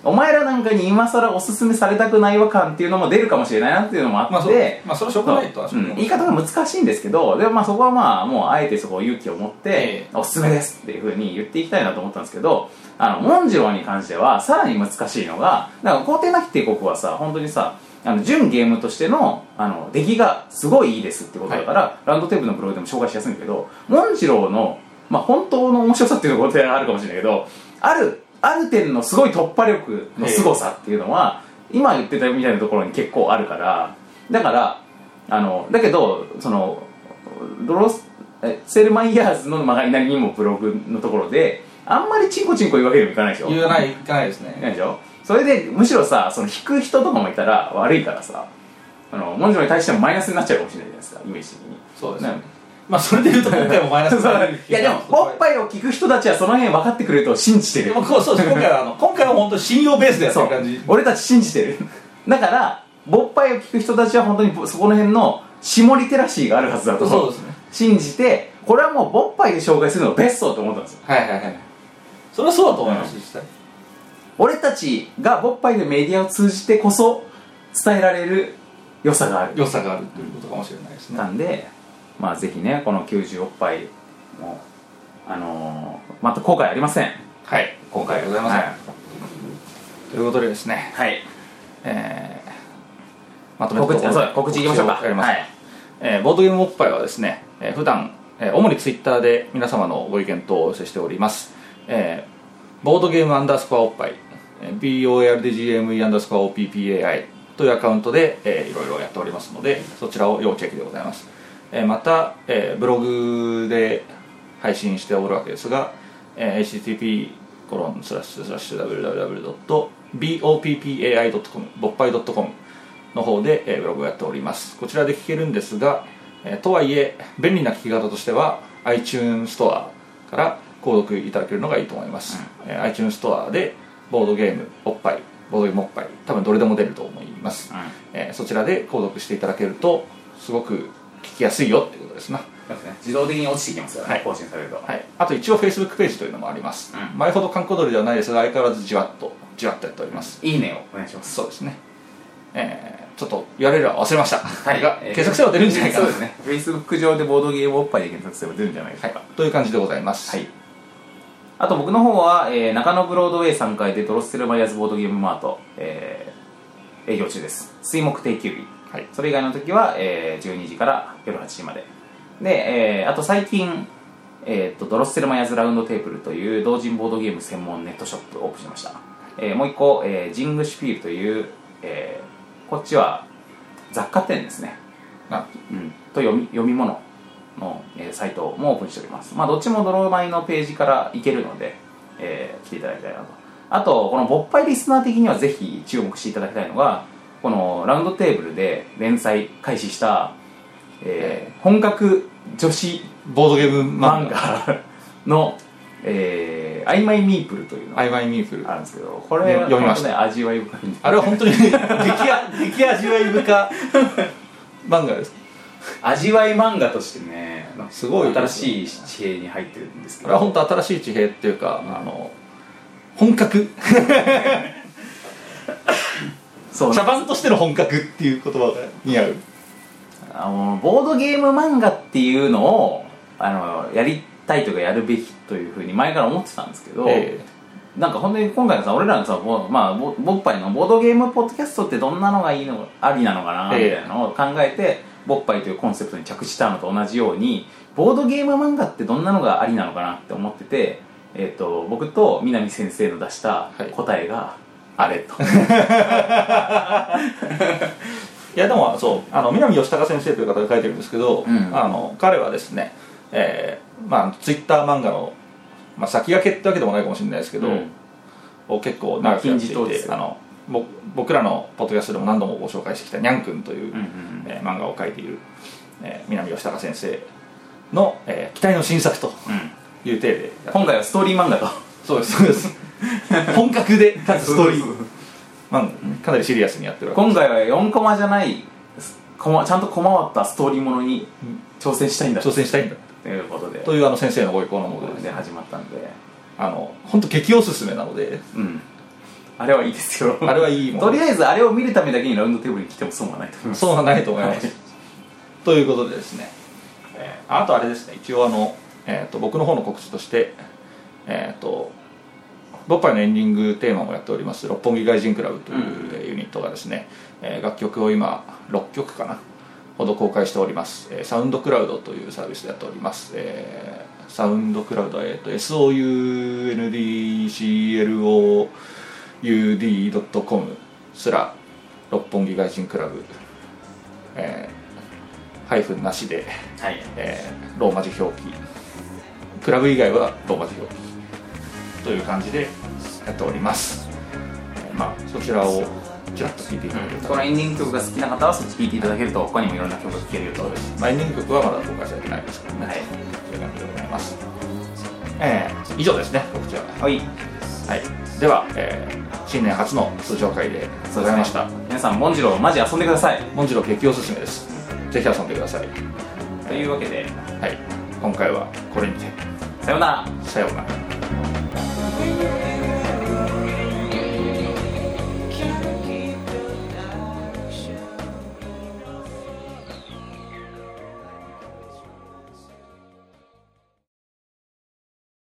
お前らなんかに今更おすすめされたくないわ感っていうのも出るかもしれないなっていうのもあって、 まあそれまあそれはしょうがないとは、 うん、言い方が難しいんですけど、でもまあそこはまあもうあえてそこを勇気を持って、えー、おすすめですっていうふうに言っていきたいなと思ったんですけど、あのモンジローに関してはさらに難しいのが、だから皇帝なき帝国はさ本当にさあの純ゲームとしてのあの出来がすごいいいですってことだから、はい、ラウンドテーブルのブログでも紹介しやすいんだけど、モンジローの、まあ、本当の面白さっていうことはあるかもしれないけど、あるある点のすごい突破力の凄さっていうのは今言ってたみたいなところに結構あるから、だからあのだけどそのドロスセルマイヤーズのまがいなりにもブログのところであんまりチンコチンコ言うわけにもいかないでしょ。 言わないいかないですね。 いかないでしょ。それでむしろさ、その引く人とかもいたら悪いからさ、あのモンジロに対してもマイナスになっちゃうかもしれないじゃないですか、イメージ的に。 そうですね。まあそれで言うと今回もマイナスになるいやでもおっぱいを聞く人たちはその辺分かってくれると信じてる。 でもそうです今回はあの今回は本当に信用ベースでやってる感じ。 俺たち信じてる。だからぼっぱいを聞く人たちは本当にそこの辺の下リテラシーがあるはずだとそうですね信じて、これはもうぼっぱいで紹介するのがベストと思ったんですよ。 はいはいはい。それはそうだと思います、うん、実際。 俺たちがぼっぱいでメディアを通じてこそ伝えられる良さがある良さがあるということかもしれないですね。 なんでまあぜひねこのきゅうじゅうおっぱいもあのー、また後悔ありません。 はい、 後悔ございません、はい、 ということでですね、 はい、 えー、まとめて告知そう告知いきましょうか。 やります、はい。えー、ボードゲームおっぱいはですね、えー、普段、えー、主にツイッターで皆様のご意見等をお寄せしております。えー、ボードゲームアンダースコアおっぱい ビーオーエーアールディージーエムイー アンダースコア オーピーピーエーアイ というアカウントで、えー、いろいろやっておりますので、そちらを要チェックでございます。えー、また、えー、ブログで配信しておるわけですが、えー、エイチティーティーピーコロンスラッシュスラッシュダブリューダブリューダブリュードットビーオーピーピーエーアイドットコム ぼっぱい .com の方で、えー、ブログをやっております。こちらで聞けるんですが、えー、とはいえ便利な聞き方としては iTunes ストアから購読いただけるのがいいと思います、うんえー、iTunes ストアでボードゲームおっぱいボードゲームおっぱい多分どれでも出ると思います、うんえー、そちらで購読していただけるとすごく聞きやすいよっていうことですな。 自動的に落ちていきますよね、はい、更新されると、 はい、あと一応 Facebook ページというのもあります、うん、前ほど観光鳥ではないですが相変わらずじわっとじわっとやっております。 いいねをお願いします。 そうですね、えー、ちょっと ユーアールエル は忘れました、はい、がえー、 検索すれば出るんじゃないかな。 そうですね Facebook 上でボードゲームおっぱいで検索すれば出るんじゃないですか、はい、 という感じでございます、 はい、あと僕の方は、えー、中野ブロードウェイさんかいでドロッセルマイヤーズボードゲームマート、えー、営業中です。水木定休日、はい、それ以外の時は、えー、じゅうにじから夜はちじまでで、えー、あと最近、えー、とドロッセルマイヤーズラウンドテーブルという同人ボードゲーム専門ネットショップをオープンしました。えー、もう一個、えー、ジングシュピールという、えー、こっちは雑貨店ですねあ、うん、と読み、読み物の、えー、サイトもオープンしております。まあどっちもドロマイのページから行けるので、えー、来ていただきたいなと。あとこのボッパイリスナー的にはぜひ注目していただきたいのがこのラウンドテーブルで連載開始したえー、本格女子ボードゲーム漫画の「えー、アイマイミープル」というのがアイマイミープルあるんですけど、これは読みました、 ね、味わい深いんであれは本当に激激味わい深漫画です。 味わい漫画としてねすごい新しい地平に入ってるんですけど、 あれは本当新しい地平っていうか、うん、あの本格そう茶番としての本格っていう言葉が似合うあのボードゲーム漫画っていうのをあのやりたいというかやるべきというふうに前から思ってたんですけど、えー、なんか本当に今回のさ俺らのさぼ、まあ、ぼぼっぱいのボードゲームポッドキャストってどんなのがいいのありなのかなみたいなのを考えて、えー、ぼっぱいというコンセプトに着地したのと同じようにボードゲーム漫画ってどんなのがありなのかなって思ってて、えー、と僕と南先生の出した答えがあれと、はいいやでもそうあの南吉高先生という方が書いてるんですけど、うん、あの彼はですね、えーまあ、ツイッター漫画の、まあ、先駆けってわけでもないかもしれないですけど、うん、を結構長くやっていて、まあ、あのぼ僕らのポッドキャストでも何度もご紹介してきたにゃんくんという、うんうんうんえー、漫画を描いている、えー、南吉高先生の、えー、期待の新作という体で、 うん、今回はストーリー漫画とそうですそうです本格でかつストーリーまあ、かなりシリアスにやってるわけです。 今回はよんコマじゃないコマちゃんとコマ割ったストーリーものに挑戦したいんだ挑戦したいんだということでというあの先生のご意向のもとで始まったんであの本当激おすすめなので、 うん、 あれはいいですよ。 あれはいいもんとりあえずあれを見るためだけにラウンドテーブルに来ても損はないと思います。 そうはないと思います、 はい、 ということでですね、えー、あとあれですね、一応あの、えー、と僕の方の告知としてえっ、ー、とボッパイのエンディングテーマもやっております六本木外人クラブというユニットがですね、うん、えー、楽曲を今ろっきょくかなほど公開しております、えー、サウンドクラウドというサービスでやっております、えー、サウンドクラウドは、えー、と エスオーユーエヌディーシーエルオーユーディードットコム すら六本木外人クラブ、えー、ハイフンなしで、はい、えー、ローマ字表記、クラブ以外はローマ字表記という感じでやっております、えー、まあそちらをちらっと聴いていただけると、 このエンディング曲が好きな方はそっち聴いていただけると他にもいろんな曲が聴けるよと。 まあ、エンディング曲はまだ公開されてないですけどね、はい、という感じでございます、えー、以上ですね告知は。 はい、 はい、では、えー、新年初の通常会でございました、ね、 皆さんモンジローマジ遊んでください。 モンジロー激おすすめです、ぜひ遊んでください。 というわけで、 はい、今回はこれにてさようなら。 さようなら。